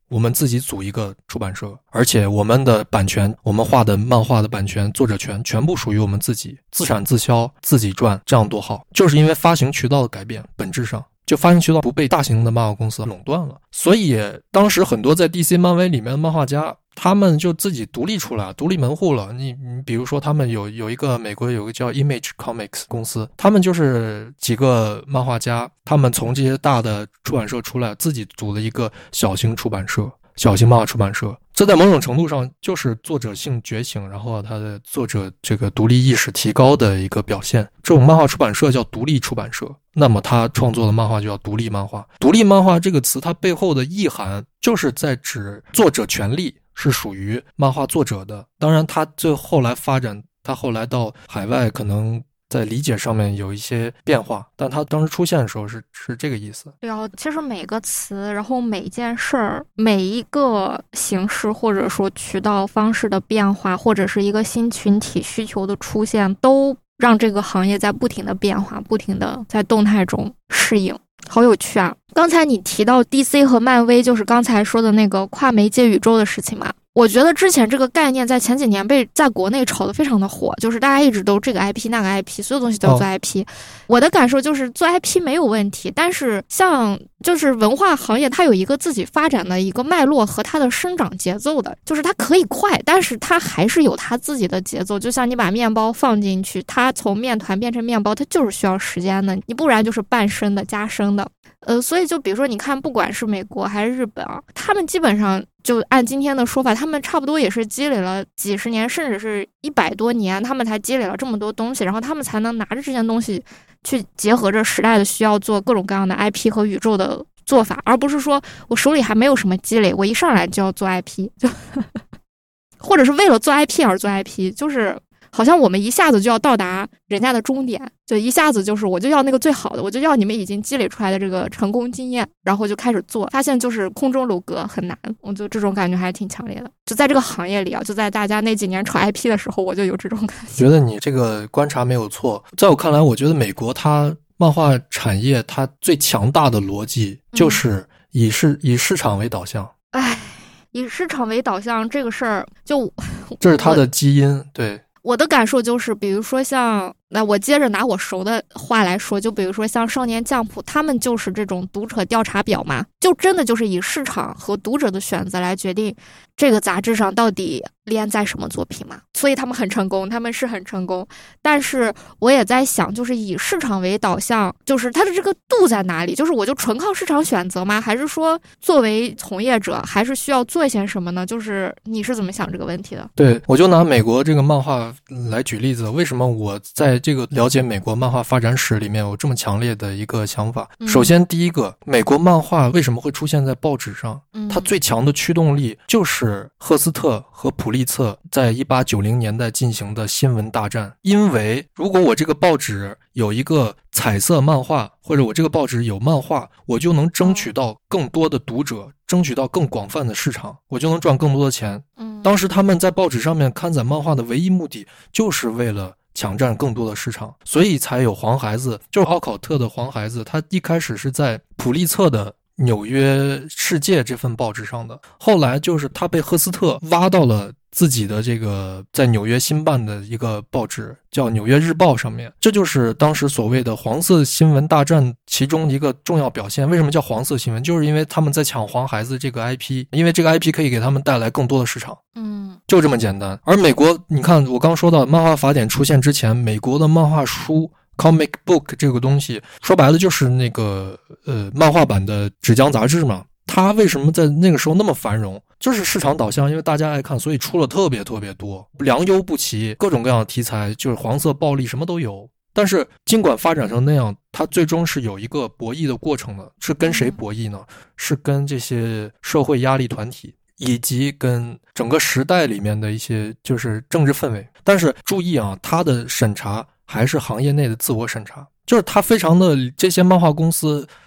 我们自己组一个出版社，而且我们的版权，我们画的漫画的版权、作者权全部属于我们自己，自产自销，自己赚，这样多好。就是因为发行渠道的改变，本质上就发行渠道不被大型的漫画公司垄断了，所以当时很多在 D C 漫威里面的漫画家，他们就自己独立出来，独立门户了。你你比如说他们有有一个美国有一个叫 Image Comics 公司，他们就是几个漫画家，他们从这些大的出版社出来，自己组了一个小型出版社，小型漫画出版社。这在某种程度上就是作者性觉醒，然后他的作者这个独立意识提高的一个表现。这种漫画出版社叫独立出版社，那么他创作的漫画就叫独立漫画。独立漫画这个词它背后的意涵就是在指作者权利是属于漫画作者的。当然他最后来发展，他后来到海外可能在理解上面有一些变化，但他当时出现的时候是是这个意思。 对啊，其实每个词，然后每一件事儿，每一个形式或者说渠道方式的变化，或者是一个新群体需求的出现，都让这个行业在不停的变化，不停的在动态中适应。好有趣啊！刚才你提到 D C 和漫威，就是刚才说的那个跨媒介宇宙的事情嘛。我觉得之前这个概念在前几年被在国内炒得非常的火，就是大家一直都这个 I P 那个 I P， 所有东西都要做 I P、哦、我的感受就是做 I P 没有问题，但是像就是文化行业它有一个自己发展的一个脉络和它的生长节奏的，就是它可以快，但是它还是有它自己的节奏。就像你把面包放进去，它从面团变成面包，它就是需要时间的，你不然就是半生的加生的。呃，所以就比如说你看，不管是美国还是日本啊，他们基本上就按今天的说法，他们差不多也是积累了几十年，甚至是一百多年，他们才积累了这么多东西，然后他们才能拿着这些东西去结合着时代的需要做各种各样的 I P 和宇宙的做法，而不是说我手里还没有什么积累，我一上来就要做 I P， 就或者是为了做 I P 而做 I P， 就是好像我们一下子就要到达人家的终点，就一下子就是我就要那个最好的，我就要你们已经积累出来的这个成功经验，然后就开始做，发现就是空中楼阁很难，我就这种感觉还挺强烈的。就在这个行业里啊，就在大家那几年炒 I P 的时候，我就有这种感觉。 觉得你这个观察没有错，在我看来，我觉得美国它漫画产业它最强大的逻辑就是以市、嗯、以市场为导向。 哎，以市场为导向这个事儿，就这是它的基因，对。 我的感受就是，比如说像，那我接着拿我熟的话来说，就比如说像少年将普，他们就是这种读者调查表嘛，就真的就是以市场和读者的选择来决定这个杂志上到底连载什么作品嘛，所以他们很成功，他们是很成功。但是我也在想，就是以市场为导向，就是它的这个度在哪里？就是我就纯靠市场选择吗？还是说作为从业者还是需要做一些什么呢？就是你是怎么想这个问题的？ 对，我就拿美国这个漫画来举例子，为什么我在这个了解美国漫画发展史里面有这么强烈的一个想法？ 嗯、 首先第一个，美国漫画为什么会出现在报纸上？ 嗯、 它最强的驱动力就是赫斯特和普利策在一八九零年代进行的新闻大战。因为如果我这个报纸有一个彩色漫画，或者我这个报纸有漫画，我就能争取到更多的读者，争取到更广泛的市场，我就能赚更多的钱。 嗯， 当时他们在报纸上面刊载漫画的唯一目的就是为了抢占更多的市场，所以才有黄孩子，就是奥考特的黄孩子，他一开始是在普利策的纽约世界这份报纸上的，后来就是他被赫斯特挖到了自己的这个在纽约新办的一个报纸叫纽约日报上面，这就是当时所谓的黄色新闻大战其中一个重要表现。为什么叫黄色新闻？就是因为他们在抢黄孩子这个 I P， 因为这个 I P 可以给他们带来更多的市场。 嗯， 就这么简单。而美国，你看我刚说到漫画法典出现之前，美国的漫画书comic book 这个东西说白了就是那个呃漫画版的纸浆杂志嘛。它为什么在那个时候那么繁荣？就是市场导向，因为大家爱看，所以出了特别特别多，良莠不齐，各种各样的题材，就是黄色暴力什么都有。但是尽管发展成那样，它最终是有一个博弈的过程的。是跟谁博弈呢？是跟这些社会压力团体，以及跟整个时代里面的一些就是政治氛围。但是注意啊，它的审查还是行业内的自我审查，就是它非常的这些漫画公司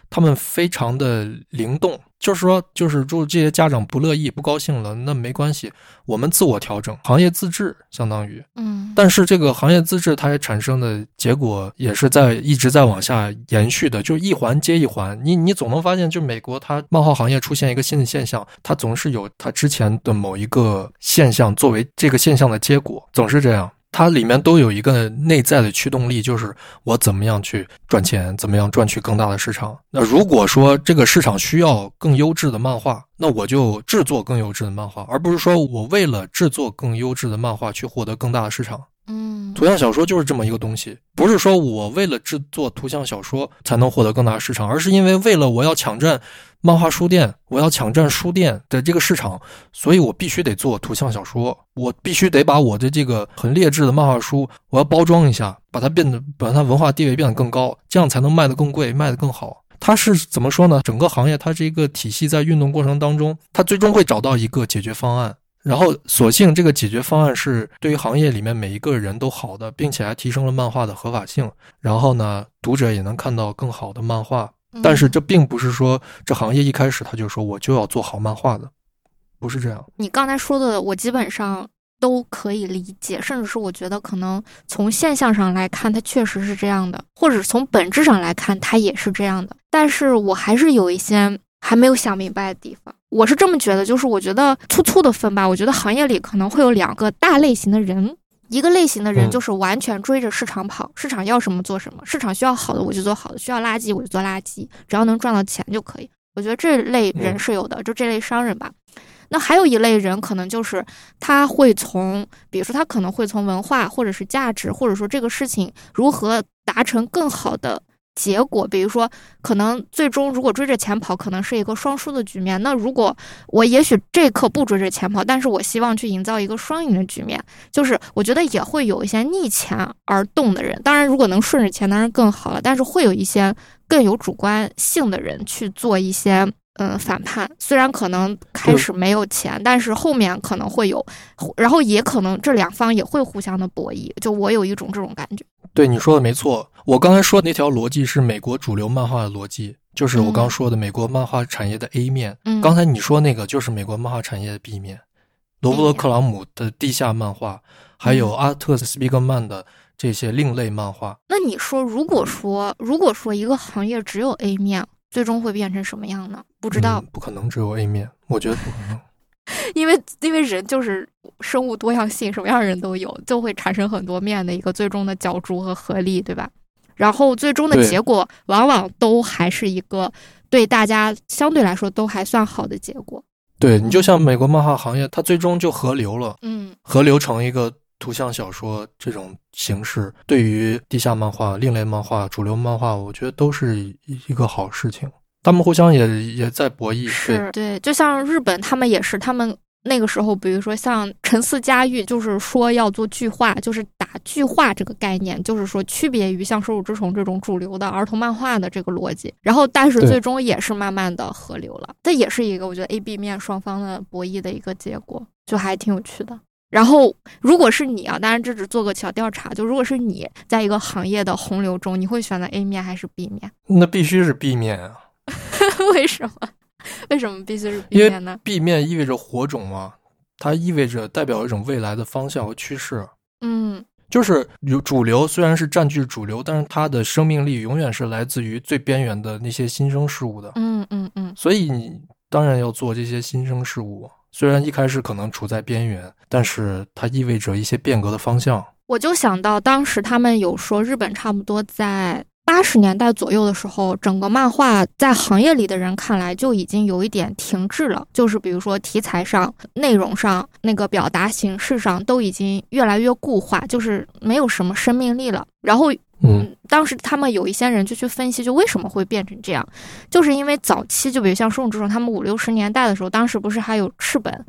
他们非常的灵动，就是说就是就这些家长不乐意不高兴了，那没关系，我们自我调整，行业自治相当于嗯， 但是这个行业自治它也产生的结果也是在一直在往下延续的，就是一环接一环，你你总能发现就美国它漫画行业出现一个新的现象，它总是有它之前的某一个现象作为这个现象的结果，总是这样，它里面都有一个内在的驱动力，就是我怎么样去赚钱，怎么样赚取更大的市场。那如果说这个市场需要更优质的漫画，那我就制作更优质的漫画，而不是说我为了制作更优质的漫画去获得更大的市场。 嗯， 图像小说就是这么一个东西，不是说我为了制作图像小说才能获得更大的市场，而是因为为了我要抢占漫画书店，我要抢占书店的这个市场，所以我必须得做图像小说，我必须得把我的这个很劣质的漫画书我要包装一下，把它变得把它文化地位变得更高，这样才能卖得更贵，卖得更好。它是怎么说呢，整个行业它这个体系在运动过程当中，它最终会找到一个解决方案，然后所幸这个解决方案是对于行业里面每一个人都好的，并且还提升了漫画的合法性，然后呢读者也能看到更好的漫画。但是这并不是说这行业一开始他就说我就要做好漫画的，不是这样。 你刚才说的我基本上都可以理解，甚至是我觉得可能从现象上来看它确实是这样的，或者从本质上来看它也是这样的，但是我还是有一些还没有想明白的地方。我是这么觉得，就是我觉得粗粗的分吧，我觉得行业里可能会有两个大类型的人。一个类型的人就是完全追着市场跑、嗯、市场要什么做什么，市场需要好的我就做好的，需要垃圾我就做垃圾，只要能赚到钱就可以。我觉得这类人是有的，就这类商人吧。那还有一类人可能就是他会从比如说他可能会从文化或者是价值，或者说这个事情如何达成更好的结果，比如说可能最终如果追着钱跑可能是一个双输的局面，那如果我也许这一刻不追着钱跑，但是我希望去营造一个双赢的局面，就是我觉得也会有一些逆钱而动的人，当然如果能顺着钱当然更好了，但是会有一些更有主观性的人去做一些嗯反叛，虽然可能开始没有钱，但是后面可能会有，然后也可能这两方也会互相的博弈，就我有一种这种感觉。 对，你说的没错，我刚才说的那条逻辑是美国主流漫画的逻辑，就是我刚说的美国漫画产业的 A 面、嗯、刚才你说那个就是美国漫画产业的 B 面，罗伯特克朗姆的地下漫画、嗯、还有阿特斯皮格曼的这些另类漫画。 那你说如果说如果说一个行业只有 A 面最终会变成什么样呢？不知道、 嗯、不可能只有 A 面，我觉得不可能因为因为人就是生物多样性，什么样的人都有，就会产生很多面的一个最终的角逐和合力，对吧？然后最终的结果往往都还是一个对大家相对来说都还算好的结果。 对，你就像美国漫画行业它最终就合流了， 嗯， 合流成一个图像小说这种形式，对于地下漫画、另类漫画、主流漫画我觉得都是一个好事情，他们互相也也在博弈。 是，对，就像日本他们也是，他们那个时候比如说像陈思佳玉就是说要做剧化，就是打剧化这个概念，就是说区别于像手冢治虫这种主流的儿童漫画的这个逻辑，然后但是最终也是慢慢的合流了，这也是一个我觉得 A B 面双方的博弈的一个结果，就还挺有趣的。然后如果是你啊，当然这只做个小调查，就如果是你在一个行业的洪流中，你会选择 A 面还是 B 面？ 那必须是 B 面啊为什么？为什么必须是 B 面呢？ 因为 B 面意味着火种嘛，它意味着代表一种未来的方向和趋势。 嗯， 就是主流虽然是占据主流，但是它的生命力永远是来自于最边缘的那些新生事物的。 嗯嗯嗯。 所以你当然要做这些新生事物，虽然一开始可能处在边缘，但是它意味着一些变革的方向。 我就想到当时他们有说日本差不多在八十年代左右的时候，整个漫画在行业里的人看来就已经有一点停滞了，就是比如说题材上、内容上、那个表达形式上都已经越来越固化，就是没有什么生命力了。然后嗯，当时他们有一些人就去分析，就为什么会变成这样，就是因为早期就比如像手冢治虫他们五六十年代的时候，当时不是还有赤本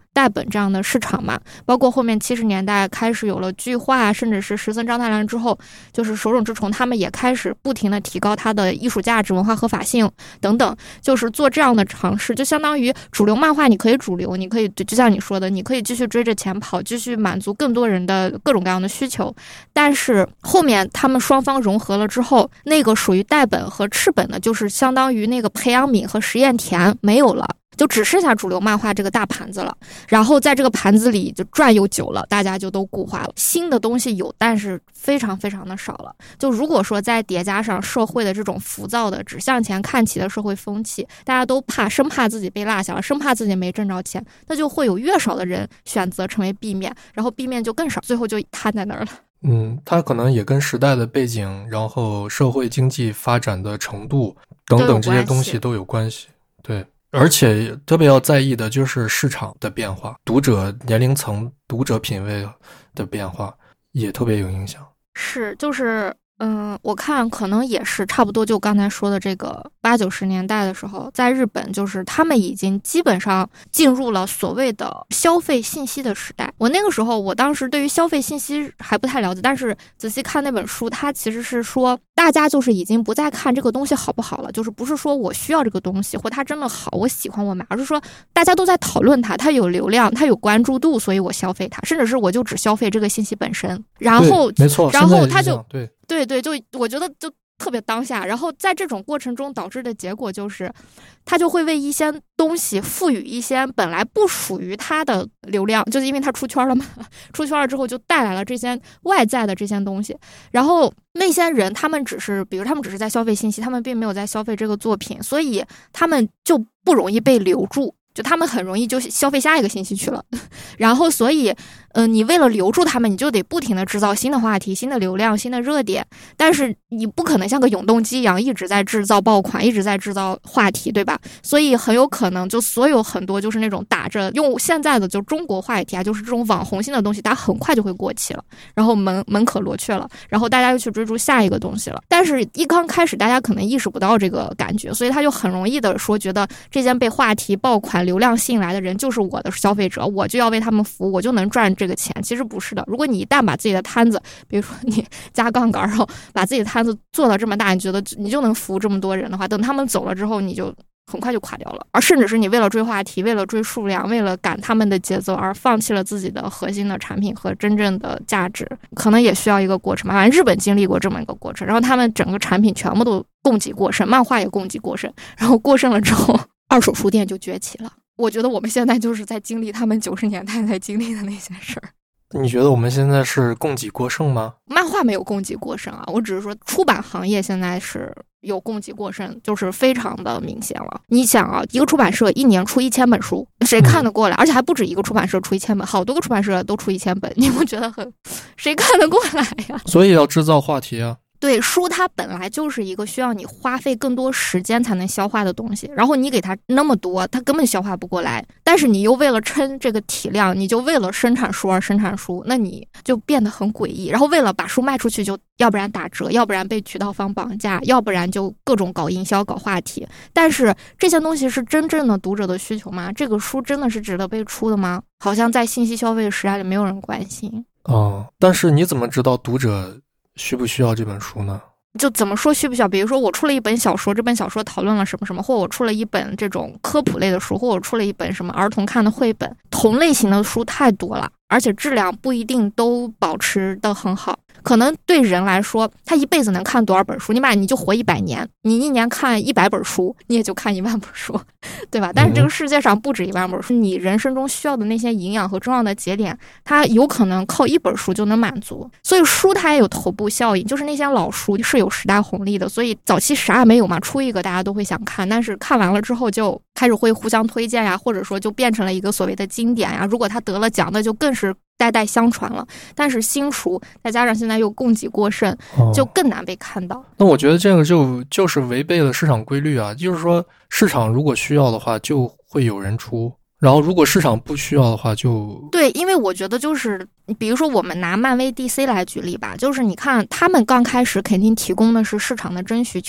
代本这样的市场嘛。包括后面七十年代开始有了巨画，甚至是石森章太郎之后，就是手冢治虫他们也开始不停的提高它的艺术价值、文化合法性等等，就是做这样的尝试。就相当于主流漫画你可以主流，你可以就像你说的，你可以继续追着钱跑，继续满足更多人的各种各样的需求。但是后面他们双方融合了之后，那个属于代本和赤本的，就是相当于那个培养皿和实验田没有了，就只剩下主流漫画这个大盘子了。然后在这个盘子里就转悠久了，大家就都固化了。新的东西有，但是非常非常的少了。就如果说再叠加上社会的这种浮躁的只向前看齐的社会风气，大家都怕生怕自己被落下了，生怕自己没挣着钱，那就会有越少的人选择成为 B 面，然后 B 面就更少，最后就瘫在那儿了。 嗯，它可能也跟时代的背景，然后社会经济发展的程度等等这些东西都有关系。对，而且特别要在意的就是市场的变化，读者年龄层、读者品味的变化也特别有影响。 是，就是嗯，我看可能也是差不多，就刚才说的这个八九十年代的时候，在日本就是他们已经基本上进入了所谓的消费信息的时代。我那个时候，我当时对于消费信息还不太了解，但是仔细看那本书，它其实是说大家就是已经不再看这个东西好不好了，就是不是说我需要这个东西或它真的好我喜欢我买，而是说大家都在讨论它，它有流量，它有关注度，所以我消费它，甚至是我就只消费这个信息本身。然后没错， 然后它就对对对，就我觉得就特别当下。然后在这种过程中导致的结果就是，它就会为一些东西赋予一些本来不属于它的流量，就是因为它出圈了嘛，出圈了之后就带来了这些外在的这些东西。然后那些人他们只是，比如他们只是在消费信息，他们并没有在消费这个作品，所以他们就不容易被留住。就他们很容易就消费下一个信息去了，然后所以，呃，你为了留住他们，你就得不停的制造新的话题、新的流量、新的热点，但是你不可能像个永动机一样一直在制造爆款，一直在制造话题，对吧？所以很有可能就所有很多就是那种打着用现在的就中国话题啊，就是这种网红性的东西，它很快就会过期了，然后门门可罗雀了，然后大家又去追逐下一个东西了。但是一刚开始大家可能意识不到这个感觉，所以他就很容易的说觉得这件被话题爆款流量吸引来的人就是我的消费者，我就要为他们服务，我就能赚这个钱。其实不是的，如果你一旦把自己的摊子，比如说你加杠杆，然后把自己的摊子做到这么大，你觉得你就能服务这么多人的话，等他们走了之后，你就很快就垮掉了。而甚至是你为了追话题，为了追数量，为了赶他们的节奏而放弃了自己的核心的产品和真正的价值，可能也需要一个过程吧。反正日本经历过这么一个过程，然后他们整个产品全部都供给过剩，漫画也供给过剩，然后过剩了之后，二手书店就崛起了。我觉得我们现在就是在经历他们九十年代在经历的那些事儿。 你觉得我们现在是供给过剩吗？ 漫画没有供给过剩啊，我只是说出版行业现在是有供给过剩，就是非常的明显了。你想啊，一个出版社一年出一千本书，谁看得过来？嗯、而且还不止一个出版社出一千本，好多个出版社都出一千本，你不觉得很？谁看得过来呀？ 所以要制造话题啊。 对，书它本来就是一个需要你花费更多时间才能消化的东西，然后你给它那么多，它根本消化不过来。但是你又为了撑这个体量，你就为了生产书而生产书，那你就变得很诡异。然后为了把书卖出去，就要不然打折，要不然被渠道方绑架，要不然就各种搞营销、搞话题。但是这些东西是真正的读者的需求吗？这个书真的是值得被出的吗？好像在信息消费的时代里，没有人关心。 哦，但是你怎么知道读者需不需要这本书呢？ 就怎么说需不需要？比如说我出了一本小说，这本小说讨论了什么什么，或者我出了一本这种科普类的书，或者我出了一本什么儿童看的绘本，同类型的书太多了，而且质量不一定都保持得很好。可能对人来说，他一辈子能看多少本书？你把你就活一百年，你一年看一百本书，你也就看一万本书，对吧？但是这个世界上不止一万本书，你人生中需要的那些营养和重要的节点，它有可能靠一本书就能满足。所以书它也有头部效应，就是那些老书是有时代红利的，所以早期啥也没有嘛，出一个大家都会想看，但是看完了之后就开始会互相推荐呀，或者说就变成了一个所谓的经典呀。如果他得了奖，那就更是代代相传了。但是新书再加上现在又供给过剩，就更难被看到。哦、 那我觉得这个就就是违背了市场规律啊，就是说市场如果需要的话就会有人出，然后如果市场不需要的话就对。因为我觉得就是比如说我们拿漫威 D C 来举例吧，就是你看他们刚开始肯定提供的是市场的真需求，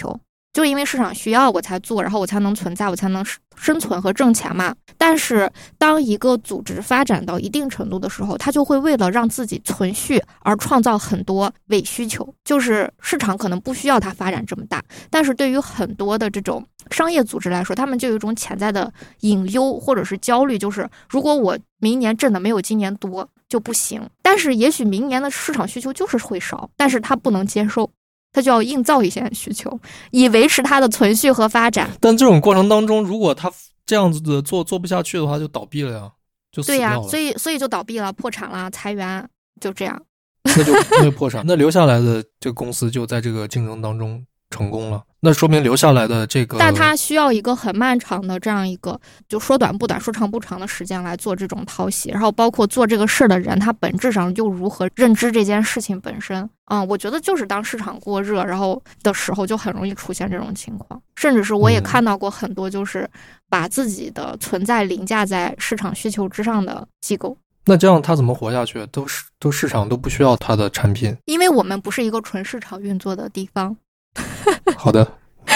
就因为市场需要我才做，然后我才能存在，我才能生存和挣钱嘛。但是当一个组织发展到一定程度的时候，它就会为了让自己存续而创造很多伪需求，就是市场可能不需要它发展这么大，但是对于很多的这种商业组织来说，他们就有一种潜在的隐忧或者是焦虑，就是如果我明年挣的没有今年多就不行，但是也许明年的市场需求就是会少，但是他不能接受，他就要硬造一些需求，以维持它的存续和发展。 但这种过程当中，如果他这样子的做做不下去的话，就倒闭了呀，就死掉了。 对呀，所以所以就倒闭了，破产了，裁员，就这样。 那就那就破产，那留下来的这个公司就在这个竞争当中成功了，那说明留下来的这个， 但它需要一个很漫长的这样一个，就说短不短说长不长的时间来做这种淘洗，然后包括做这个事的人他本质上又如何认知这件事情本身。嗯，我觉得就是当市场过热然后的时候就很容易出现这种情况，甚至是我也看到过很多就是把自己的存在凌驾在市场需求之上的机构。 那这样他怎么活下去？都是都市场都不需要他的产品， 因为我们不是一个纯市场运作的地方。 好的。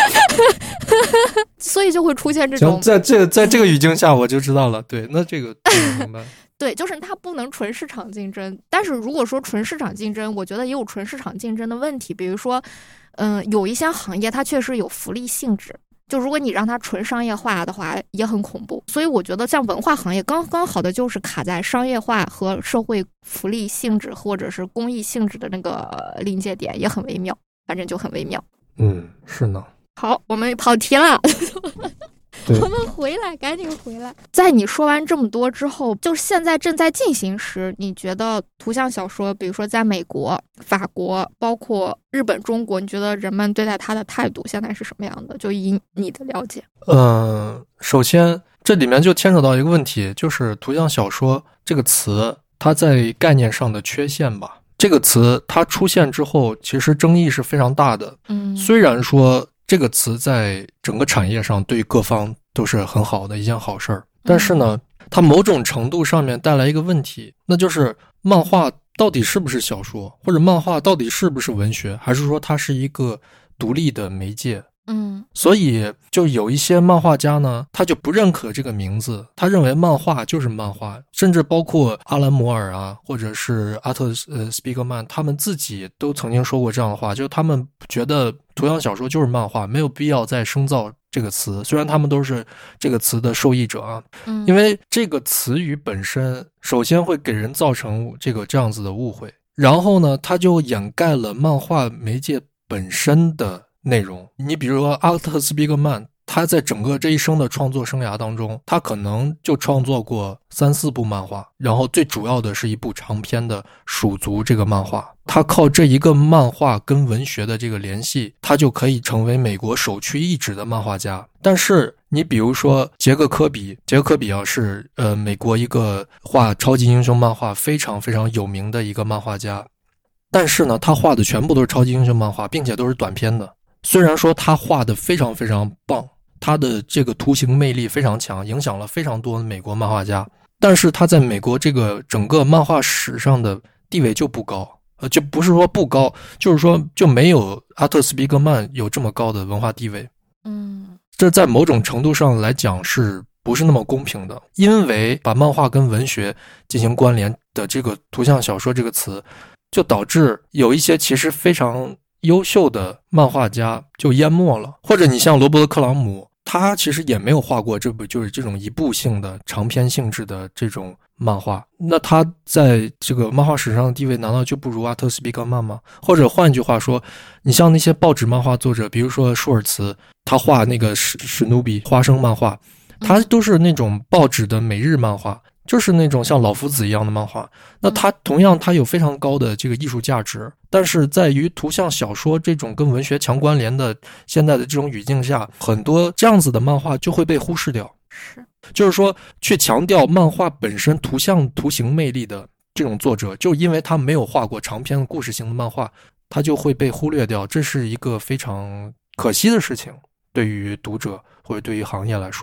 所以就会出现这种， 在这个在这个语境下我就知道了。对，那这个明白。 对，就是它不能纯市场竞争，但是如果说纯市场竞争，我觉得也有纯市场竞争的问题。比如说嗯、呃，有一些行业它确实有福利性质，就如果你让它纯商业化的话也很恐怖。所以我觉得像文化行业刚刚好的就是卡在商业化和社会福利性质或者是公益性质的那个临界点，也很微妙，反正就很微妙。 嗯，是呢。 好，我们跑题了。我们回来，赶紧回来。在你说完这么多之后，就是现在正在进行时，你觉得图像小说，比如说在美国、法国，包括日本、中国，你觉得人们对待它的态度现在是什么样的？就以你的了解。 嗯，首先这里面就牵扯到一个问题，就是图像小说这个词，它在概念上的缺陷吧。这个词它出现之后，其实争议是非常大的。 嗯， 虽然说这个词在整个产业上对各方都是很好的一件好事儿，但是呢，它某种程度上面带来一个问题，那就是漫画到底是不是小说，或者漫画到底是不是文学，还是说它是一个独立的媒介？ 嗯， 所以就有一些漫画家呢，他就不认可这个名字，他认为漫画就是漫画，甚至包括阿兰摩尔啊，或者是阿特呃斯皮格曼，他们自己都曾经说过这样的话，就他们觉得图像小说就是漫画，没有必要再深造这个词，虽然他们都是这个词的受益者啊， 嗯， 因为这个词语本身首先会给人造成这个这样子的误会，然后呢，它就掩盖了漫画媒介本身的内容。你比如说阿特斯皮格曼，他在整个这一生的创作生涯当中，他可能就创作过三四部漫画，然后最主要的是一部长篇的《鼠族》这个漫画。他靠这一个漫画跟文学的这个联系，他就可以成为美国首屈一指的漫画家。但是你比如说杰克科比，杰克科比啊是呃美国一个画超级英雄漫画非常非常有名的一个漫画家，但是呢，他画的全部都是超级英雄漫画，并且都是短篇的。虽然说他画的非常非常棒，他的这个图形魅力非常强，影响了非常多的美国漫画家，但是他在美国这个整个漫画史上的地位就不高，呃，就不是说不高，就是说就没有阿特斯皮格曼有这么高的文化地位。 嗯， 这在某种程度上来讲是不是那么公平的？因为把漫画跟文学进行关联的这个图像小说这个词，就导致有一些其实非常优秀的漫画家就淹没了。或者你像罗伯特·克朗姆，他其实也没有画过这部就是这种一部性的长篇性质的这种漫画，那他在这个漫画史上的地位难道就不如阿特斯皮格曼吗？或者换句话说，你像那些报纸漫画作者，比如说舒尔茨，他画那个史史努比花生漫画，他都是那种报纸的每日漫画，就是那种像老夫子一样的漫画。那他同样他有非常高的这个艺术价值，但是在于图像小说这种跟文学强关联的现在的这种语境下，很多这样子的漫画就会被忽视掉。 是， 就是说去强调漫画本身图像图形魅力的这种作者，就因为他没有画过长篇故事型的漫画，他就会被忽略掉，这是一个非常可惜的事情，对于读者或者对于行业来说。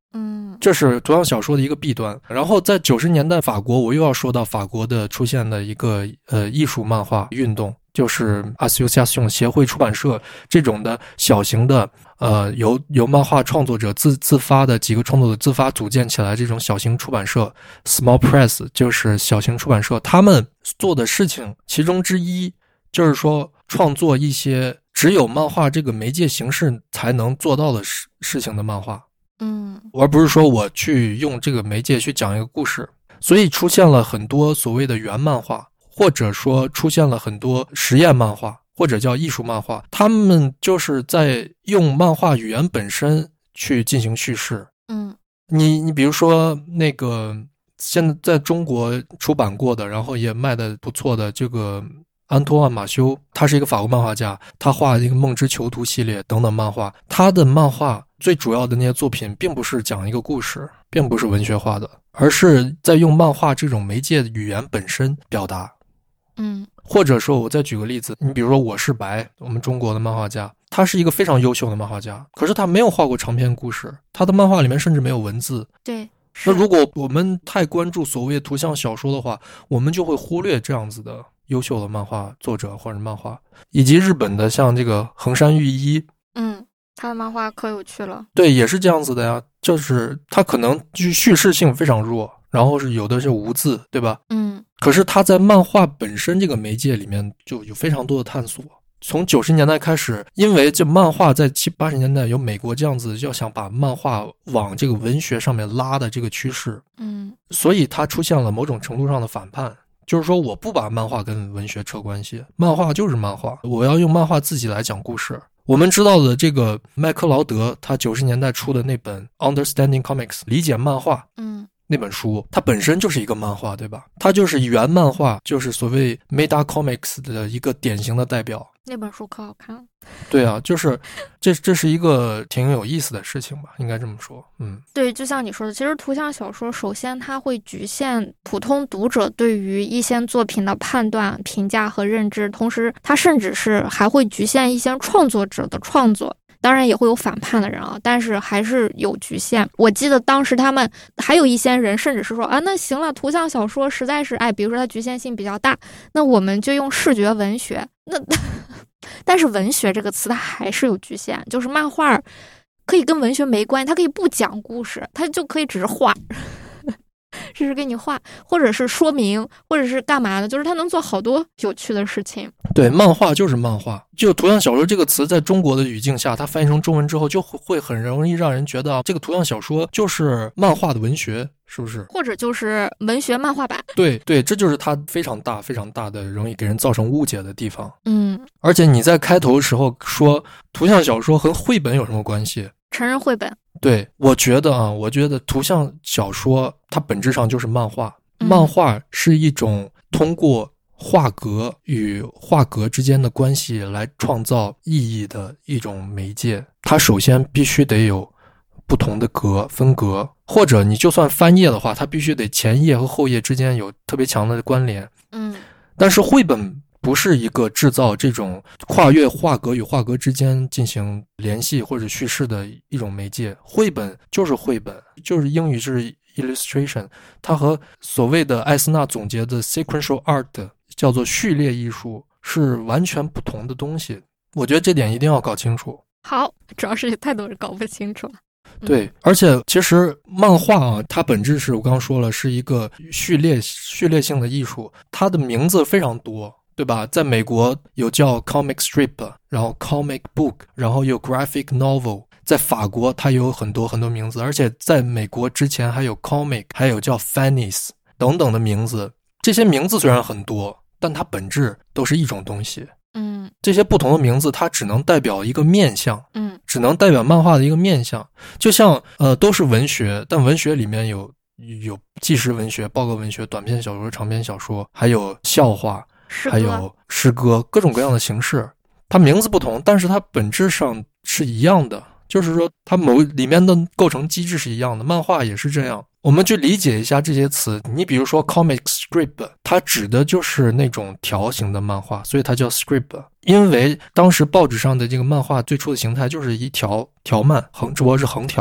嗯， 这是图像小说的一个弊端。然后在九十年代法国，我又要说到法国的出现的一个呃艺术漫画运动，就是 Association 协会出版社这种的小型的呃由由漫画创作者自自发的几个创作者自发组建起来这种小型出版社 Small Press 就是小型出版社，他们做的事情其中之一就是说创作一些只有漫画这个媒介形式才能做到的事事情的漫画。 嗯， 而不是说我去用这个媒介去讲一个故事，所以出现了很多所谓的原漫画，或者说出现了很多实验漫画，或者叫艺术漫画，他们就是在用漫画语言本身去进行叙事。 嗯， 你你比如说那个现在在中国出版过的，然后也卖的不错的这个安托万·马修，他是一个法国漫画家，他画一个梦之囚徒系列等等漫画，他的漫画最主要的那些作品并不是讲一个故事，并不是文学化的，而是在用漫画这种媒介的语言本身表达。 嗯， 或者说我再举个例子，你比如说我是白，我们中国的漫画家，他是一个非常优秀的漫画家，可是他没有画过长篇故事，他的漫画里面甚至没有文字。 对， 那如果我们太关注所谓图像小说的话，我们就会忽略这样子的优秀的漫画作者或者漫画，以及日本的像这个横山裕一， 嗯，他的漫画可有趣了。 对，也是这样子的呀，就是他可能叙事性非常弱，然后是有的是无字，对吧？ 嗯， 可是他在漫画本身这个媒介里面就有非常多的探索。从九十年代开始，因为这漫画在七八十年代有美国这样子要想把漫画往这个文学上面拉的这个趋势， 嗯， 所以它出现了某种程度上的反叛，就是说我不把漫画跟文学扯关系，漫画就是漫画，我要用漫画自己来讲故事。我们知道的这个麦克劳德他九十年代出的那本 Understanding Comics 理解漫画， 嗯， 那本书它本身就是一个漫画，对吧？它就是原漫画，就是所谓 Meta Comics 的一个典型的代表。 那本书可好看了。 对啊，就是这这是一个挺有意思的事情吧，应该这么说。嗯， 对，就像你说的，其实图像小说首先它会局限普通读者对于一些作品的判断、评价和认知，同时它甚至是还会局限一些创作者的创作。当然也会有反叛的人啊，但是还是有局限。我记得当时他们还有一些人甚至是说啊，那行了，图像小说实在是哎，比如说它局限性比较大，那我们就用视觉文学。那但是文学这个词它还是有局限，就是漫画可以跟文学没关系，它可以不讲故事，它就可以只是画。只是给你画，或者是说明，或者是干嘛的，就是它能做好多有趣的事情。 对，漫画就是漫画，就图像小说这个词在中国的语境下，它翻译成中文之后，就会很容易让人觉得这个图像小说就是漫画的文学，是不是？ 或者就是文学漫画版。 对对，这就是它非常大非常大的容易给人造成误解的地方。 嗯， 而且你在开头的时候说图像小说和绘本有什么关系？ 成人绘本。 对，我觉得啊，我觉得图像小说它本质上就是漫画， 嗯、 漫画是一种通过画格与画格之间的关系来创造意义的一种媒介。它首先必须得有不同的格分格，或者你就算翻页的话，它必须得前页和后页之间有特别强的关联。 嗯， 但是绘本不是一个制造这种跨越画格与画格之间进行联系或者叙事的一种媒介，绘本就是绘本，就是英语是 illustration， 它和所谓的艾斯纳总结的 sequential art 叫做序列艺术是完全不同的东西，我觉得这点一定要搞清楚。 好，主要是太多人搞不清楚了。 对，而且其实漫画啊，它本质是我刚刚说了是一个序列序列性的艺术，它的名字非常多，对吧？在美国有叫 comic strip， 然后 comic book， 然后有 graphic novel， 在法国它有很多很多名字，而且在美国之前还有 comic， 还有叫 fannies 等等的名字。这些名字虽然很多，但它本质都是一种东西。 嗯， 这些不同的名字它只能代表一个面向， 嗯， 只能代表漫画的一个面向。就像呃都是文学，但文学里面有有纪实文学、报告文学、短篇小说、长篇小说，还有笑话，还有诗歌，各种各样的形式。它名字不同，但是它本质上是一样的，就是说它某里面的构成机制是一样的。漫画也是这样。我们去理解一下这些词，你比如说 comic strip， 它指的就是那种条形的漫画，所以它叫 strip。因为当时报纸上的这个漫画最初的形态就是一条条漫，横只不过是横条的。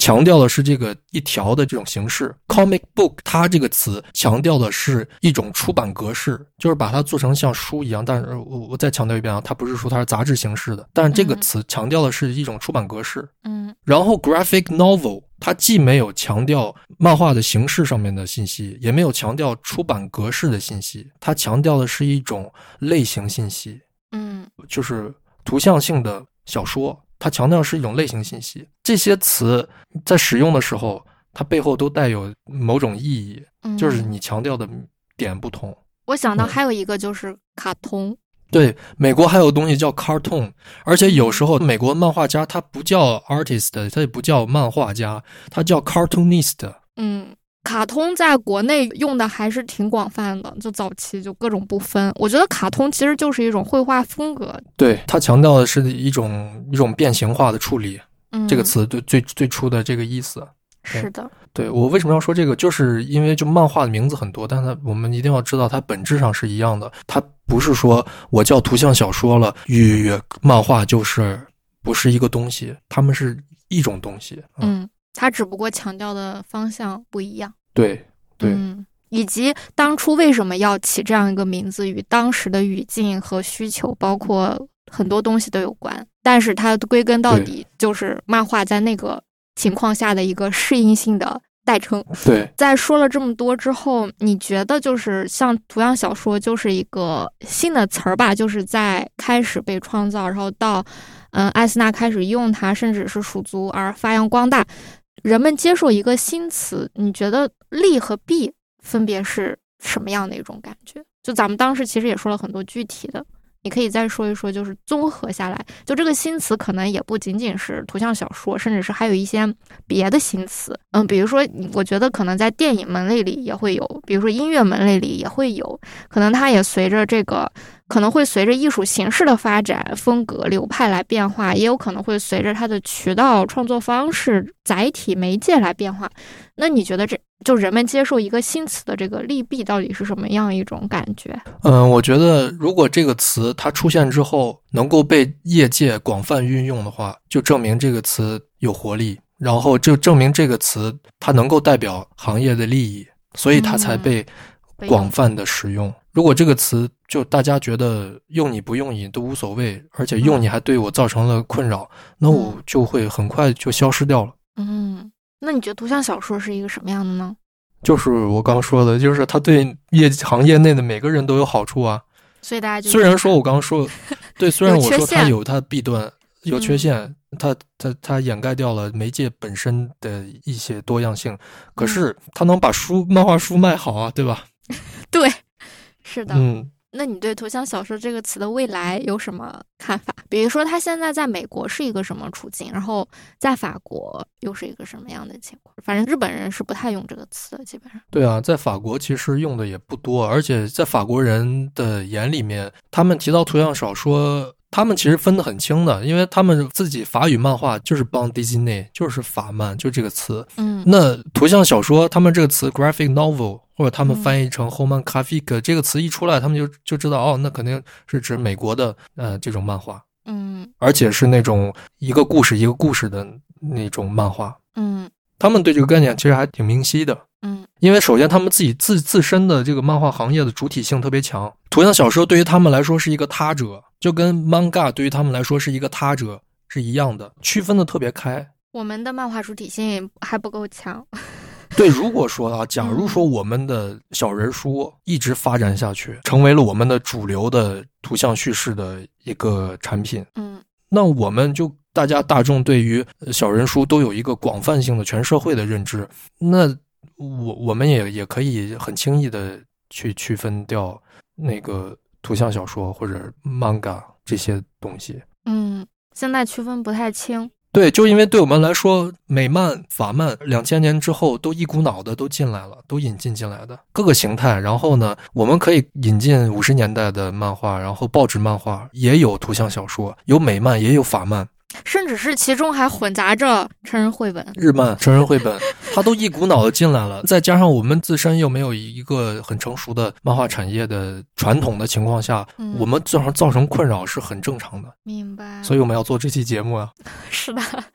强调的是这个一条的这种形式。 comic book 它这个词强调的是一种出版格式，就是把它做成像书一样，但是我我再强调一遍啊，它不是书，它是杂志形式的，但是这个词强调的是一种出版格式。 嗯， 然后 graphic novel 它既没有强调漫画的形式上面的信息，也没有强调出版格式的信息，它强调的是一种类型信息。 嗯， 就是图像性的小说，它强调是一种类型信息。这些词在使用的时候，它背后都带有某种意义， 嗯， 就是你强调的点不同。 我想到还有一个就是卡通。嗯， 对，美国还有东西叫 cartoon， 而且有时候美国漫画家他不叫 artist， 他也不叫漫画家，他叫 cartoonist。 嗯，卡通在国内用的还是挺广泛的，就早期就各种不分。我觉得卡通其实就是一种绘画风格。 对，他强调的是一种一种变形化的处理。 嗯， 这个词对最最初的这个意思。 是的。 对，我为什么要说这个，就是因为就漫画的名字很多，但它我们一定要知道它本质上是一样的。它不是说我叫图像小说了与漫画就是不是一个东西，它们是一种东西。 嗯，嗯，它只不过强调的方向不一样。 对对。 嗯，以及当初为什么要起这样一个名字，与当时的语境和需求包括很多东西都有关，但是它归根到底就是漫画在那个情况下的一个适应性的代称。 对， 在说了这么多之后，你觉得就是像图像小说就是一个新的词儿吧，就是在开始被创造，然后到嗯艾斯纳开始用它，甚至是蜀足而发扬光大，人们接受一个新词，你觉得利和弊分别是什么样的一种感觉？就咱们当时其实也说了很多具体的，你可以再说一说，就是综合下来，就这个新词可能也不仅仅是图像小说，甚至是还有一些别的新词。嗯，比如说我觉得可能在电影门类里也会有，比如说音乐门类里也会有，可能它也随着这个可能会随着艺术形式的发展，风格流派来变化，也有可能会随着它的渠道创作方式载体媒介来变化。那你觉得这就人们接受一个新词的这个利弊到底是什么样一种感觉？ 嗯，我觉得如果这个词它出现之后能够被业界广泛运用的话，就证明这个词有活力，然后就证明这个词它能够代表行业的利益，所以它才被广泛的使用。嗯，如果这个词就大家觉得用你不用你都无所谓，而且用你还对我造成了困扰，嗯，那我就会很快就消失掉了。 嗯，那你觉得图像小说是一个什么样的呢？ 就是我刚说的，就是它对业行业内的每个人都有好处啊。 所以大家就虽然说我刚刚说，对，虽然我说它有它的弊端，有缺陷， 嗯， 它它它掩盖掉了媒介本身的一些多样性，可是它能把书漫画书卖好啊，对吧？ 对，是的。 嗯。 那你对图像小说这个词的未来有什么看法？比如说它现在在美国是一个什么处境，然后在法国又是一个什么样的情况？反正日本人是不太用这个词的，基本上。 对啊，在法国其实用的也不多，而且在法国人的眼里面，他们提到图像小说，他们其实分得很清的，因为他们自己法语漫画就是帮 Disney， 就是法漫，就这个词。 嗯， 那图像小说，他们这个词 graphic novel， 或者他们翻译成 roman graphique， 这个词一出来，他们就就知道，哦，那肯定是指美国的呃这种漫画。 嗯， 而且是那种一个故事一个故事的那种漫画。 嗯， 他们对这个概念其实还挺明晰的。 嗯， 因为首先他们自己自自身的这个漫画行业的主体性特别强，图像小说对于他们来说是一个他者，就跟 manga 对于他们来说是一个他者是一样的，区分的特别开。 我们的漫画主体性还不够强。 对，如果说啊，假如说我们的小人书一直发展下去，成为了我们的主流的图像叙事的一个产品， 嗯， 那我们就大家大众对于小人书都有一个广泛性的全社会的认知，那我我们也也可以很轻易的去区分掉那个图像小说或者 manga 这些东西。 嗯，现在区分不太清。 对，就因为对我们来说，美漫、法漫两千年之后都一股脑的都进来了，都引进进来的各个形态。然后呢，我们可以引进五十年代的漫画，然后报纸漫画也有图像小说，有美漫也有法漫， 甚至是其中还混杂着成人绘本、 日漫、成人绘本，它都一股脑的进来了。再加上我们自身又没有一个很成熟的漫画产业的传统的情况下，嗯、我们造成造成困扰是很正常的。 明白。 所以我们要做这期节目啊。 是的，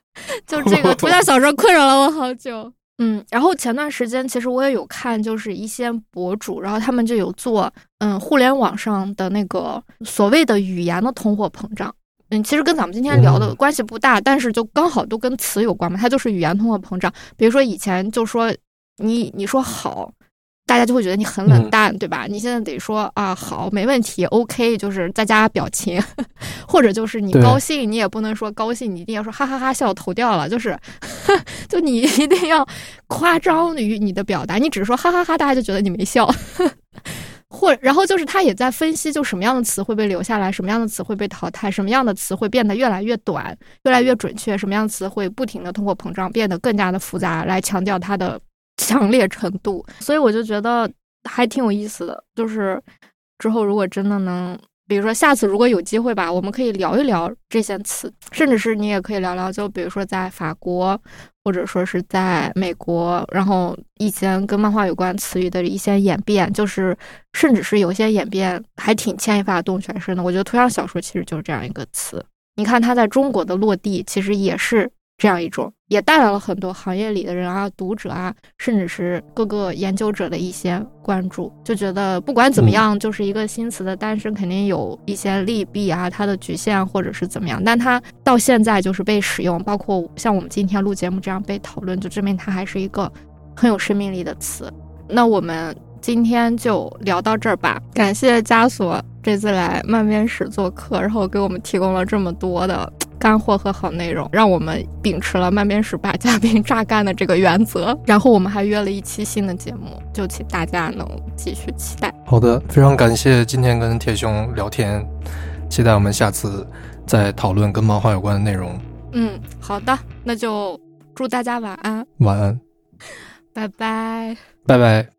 就这个图像小说困扰了我好久。嗯，然后前段时间其实我也有看，就是一些博主，然后他们就有做嗯互联网上的那个所谓的语言的通货膨胀。嗯，其实跟咱们今天聊的关系不大，嗯、但是就刚好都跟词有关嘛，它就是语言通货膨胀。比如说以前就说你你说好，大家就会觉得你很冷淡，嗯、对吧？你现在得说啊好，没问题 ，OK， 就是再加表情，或者就是你高兴，你也不能说高兴，你一定要说哈哈哈笑头掉了，就是就你一定要夸张于你的表达，你只是说哈哈哈，大家就觉得你没笑。或然后就是他也在分析，就什么样的词会被留下来，什么样的词会被淘汰，什么样的词会变得越来越短，越来越准确，什么样的词会不停的通货膨胀，变得更加的复杂，来强调它的强烈程度。所以我就觉得还挺有意思的，就是之后如果真的能，比如说下次如果有机会吧，我们可以聊一聊这些词，甚至是你也可以聊聊，就比如说在法国或者说是在美国，然后以前跟漫画有关词语的一些演变，就是甚至是有些演变还挺牵一发动全身的。我觉得图像小说其实就是这样一个词，你看它在中国的落地其实也是这样一种，也带来了很多行业里的人啊、读者啊，甚至是各个研究者的一些关注，就觉得不管怎么样，就是一个新词的诞生肯定有一些利弊啊，它的局限或者是怎么样，但它到现在就是被使用，包括像我们今天录节目这样被讨论，就证明它还是一个很有生命力的词。那我们今天就聊到这儿吧，感谢枷锁这次来漫编史做客，然后给我们提供了这么多的干货和好内容，让我们秉持了漫编史把嘉宾榨干的这个原则。然后我们还约了一期新的节目，就请大家能继续期待。 好的，非常感谢今天跟铁兄聊天，期待我们下次再讨论跟漫画有关的内容。 嗯，好的，那就祝大家晚安。 晚安， 拜拜， 拜拜。